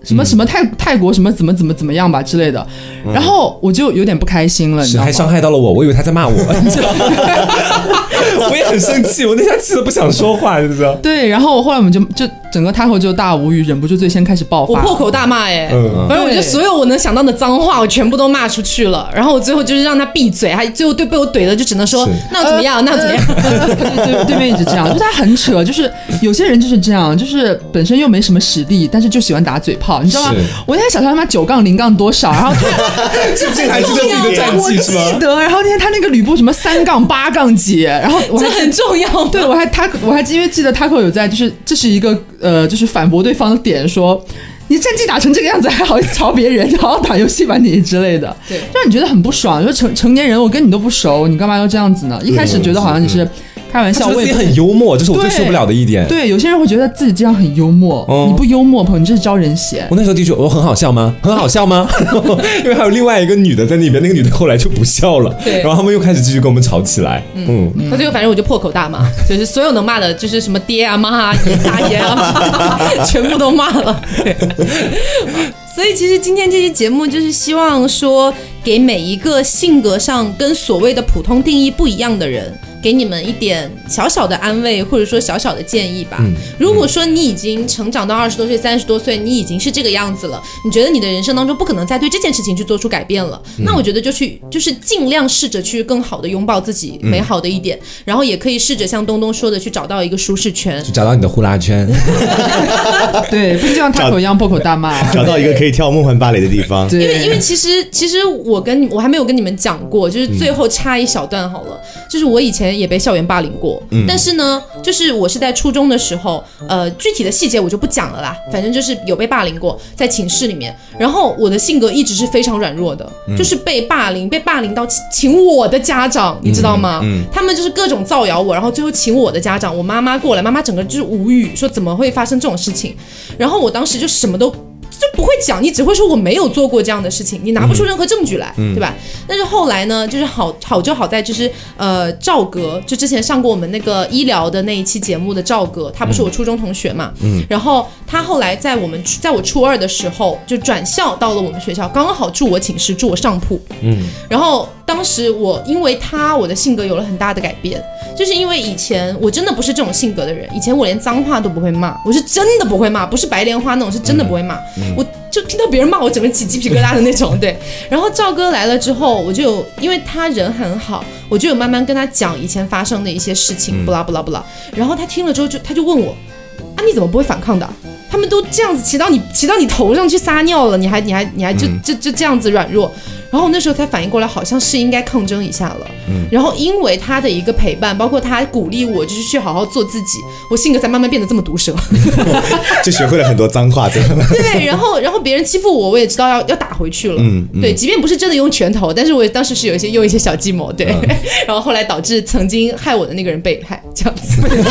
什么什么泰国什么怎么样吧之类的，然后我就有点不开心了，你知道吗？ 还伤害到了我以为他在骂我，我也很生气，我那下气得不想说话，就是。 对，然后后来我们就整个 Taco 就大无语，忍不住最先开始爆发， 我破口大骂反正我就所有我能想到的脏话我全部都骂出去了，然后我最后就是让他闭嘴，他最后被我怼了，就只能说那怎么样那怎么样， 对面一直这样，就他很扯，就是有些人就是这样，就是本身又没什么实力，但是就喜欢打嘴炮，你知道吗？我那天想他妈9-0多少，然后至今还记得自己的战绩是吗？ 我记得，然后那天他那个吕布什么3-8几，然后这很重要。 对，我还因为记得 Taco 有在，就是这是一个就是反驳对方的点，说你战绩打成这个样子还好意思嘲别人，好好打游戏吧你之类的， 对， 让你觉得很不爽。说成年人我跟你都不熟，你干嘛要这样子呢？一开始觉得好像你是开玩笑， 我自己很幽默，这是我最受不了的一点。 对，有些人会觉得自己这样很幽默，你不幽默，朋友，你这是招人嫌。 我那时候的确，我很好笑吗？很好笑吗？因为还有另外一个女的在那边，那个女的后来就不笑了， 对， 然后他们又开始继续跟我们吵起来。 那最后反正我就破口大骂，就是所有能骂的，就是什么爹啊、妈啊、爷大爷啊，全部都骂了。对。所以其实今天这期节目就是希望说，给每一个性格上跟所谓的普通定义不一样的人，给你们一点小小的安慰，或者说小小的建议吧。如果说你已经成长到20多岁、30多岁，你已经是这个样子了，你觉得你的人生当中不可能再对这件事情去做出改变了，那我觉得就是尽量试着去更好的拥抱自己美好的一点，然后也可以试着像东东说的去找到一个舒适圈， 去找到你的呼啦圈。 对，不像 Taco 一样破口大骂， 找到一个可以跳梦幻芭蕾的地方。 因为其实我还没有跟你们讲过，就是最后插一小段好了，就是我以前也被校园霸凌过，但是呢，就是我是在初中的时候，具体的细节我就不讲了啦，反正就是有被霸凌过，在寝室里面，然后我的性格一直是非常软弱的，就是被霸凌到请我的家长，你知道吗？他们就是各种造谣我，然后最后请我的家长，我妈妈过来，妈妈整个就是无语，说怎么会发生这种事情，然后我当时就什么都就不会讲，你只会说我没有做过这样的事情，你拿不出任何证据来，对吧？但是后来呢，就是好在就是赵哥，就之前上过我们那个医疗的那一期节目的赵哥，他不是我初中同学嘛，然后他后来在我初2的时候就转校到了我们学校，刚好住我寝室，住我上铺，然后当时因为我的性格有了很大的改变，就是因为以前我真的不是这种性格的人，以前我连脏话都不会骂，我是真的不会骂，不是白莲花那种，是真的不会骂，我就听到别人骂我整个起鸡皮疙瘩的那种，对。然后赵哥来了之后，我就因为他人很好，我就有慢慢跟他讲以前发生的一些事情，不啦不啦不啦。然后他听了之后他就问我，啊你怎么不会反抗的？他们都这样子骑到你头上去撒尿了，你还就这样子软弱。然后我那时候才反应过来，好像是应该抗争一下了。然后因为他的一个陪伴，包括他鼓励我，就是去好好做自己，我性格才慢慢变得这么毒舌， 就学会了很多脏话。 对，然后别人欺负我，我也知道要打回去了。对，即便不是真的用拳头，但是我当时是用一些小计谋，对。然后后来导致曾经害我的那个人被害，这样子。对，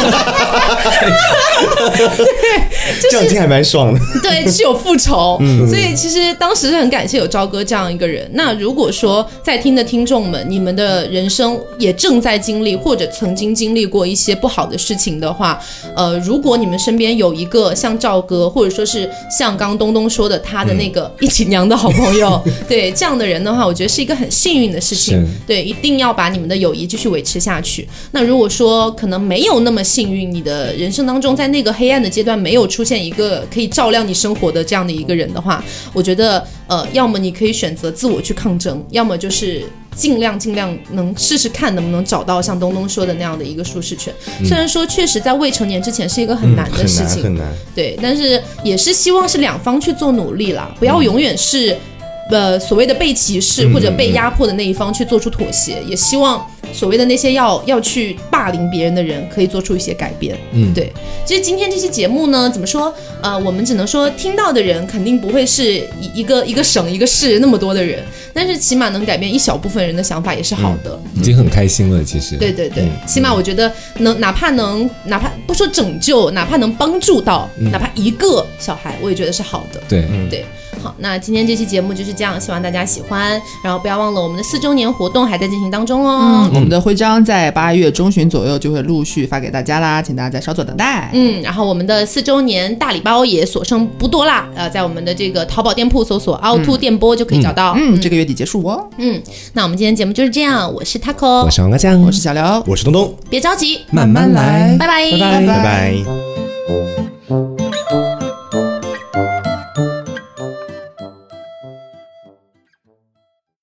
这样听还蛮爽的。 对，是有复仇。所以其实当时是很感谢有赵哥这样一个人。那如果说在听的听众们，你们的人生也正在经历或者曾经经历过一些不好的事情的话，如果你们身边有一个像赵哥，或者说是像刚东东说的他的那个一起娘的好朋友，对这样的人的话，我觉得是一个很幸运的事情。对，一定要把你们的友谊继续维持下去。那如果说可能没有那么幸运，你的人生当中在那个黑暗的阶段没有出现一个可以照亮你生活的这样的一个人的话，我觉得要么你可以选择自我去抗争，要么就是尽量能试试看能不能找到像东东说的那样的一个舒适圈。虽然说确实在未成年之前是一个很难的事情， 很难， 对，但是也是希望是两方去做努力啦，不要永远是所谓的被歧视或者被压迫的那一方去做出妥协，也希望所谓的那些要去霸凌别人的人可以做出一些改变。对。其实今天这期节目呢，怎么说？我们只能说听到的人肯定不会是一个省一个市那么多的人，但是起码能改变一小部分人的想法也是好的。 已经很开心了，其实。对， 起码我觉得哪怕不说拯救，哪怕能帮助到哪怕一个小孩，我也觉得是好的。 对。 好， 好，那今天这期节目就是这样，希望大家喜欢，然后不要忘了我们的4周年活动还在进行当中哦。 我们的徽章在8月中旬左右就会陆续发给大家啦，请大家再稍作等待。 然后我们的4周年大礼包也所剩不多啦，在我们的这个淘宝店铺搜索凹凸电波就可以找到。 这个月底结束哦。 那我们今天节目就是这样，我是 Taco， 我是王阿酱， 我是小刘， 我是东东， 别着急， 慢慢来， 拜拜， 拜拜。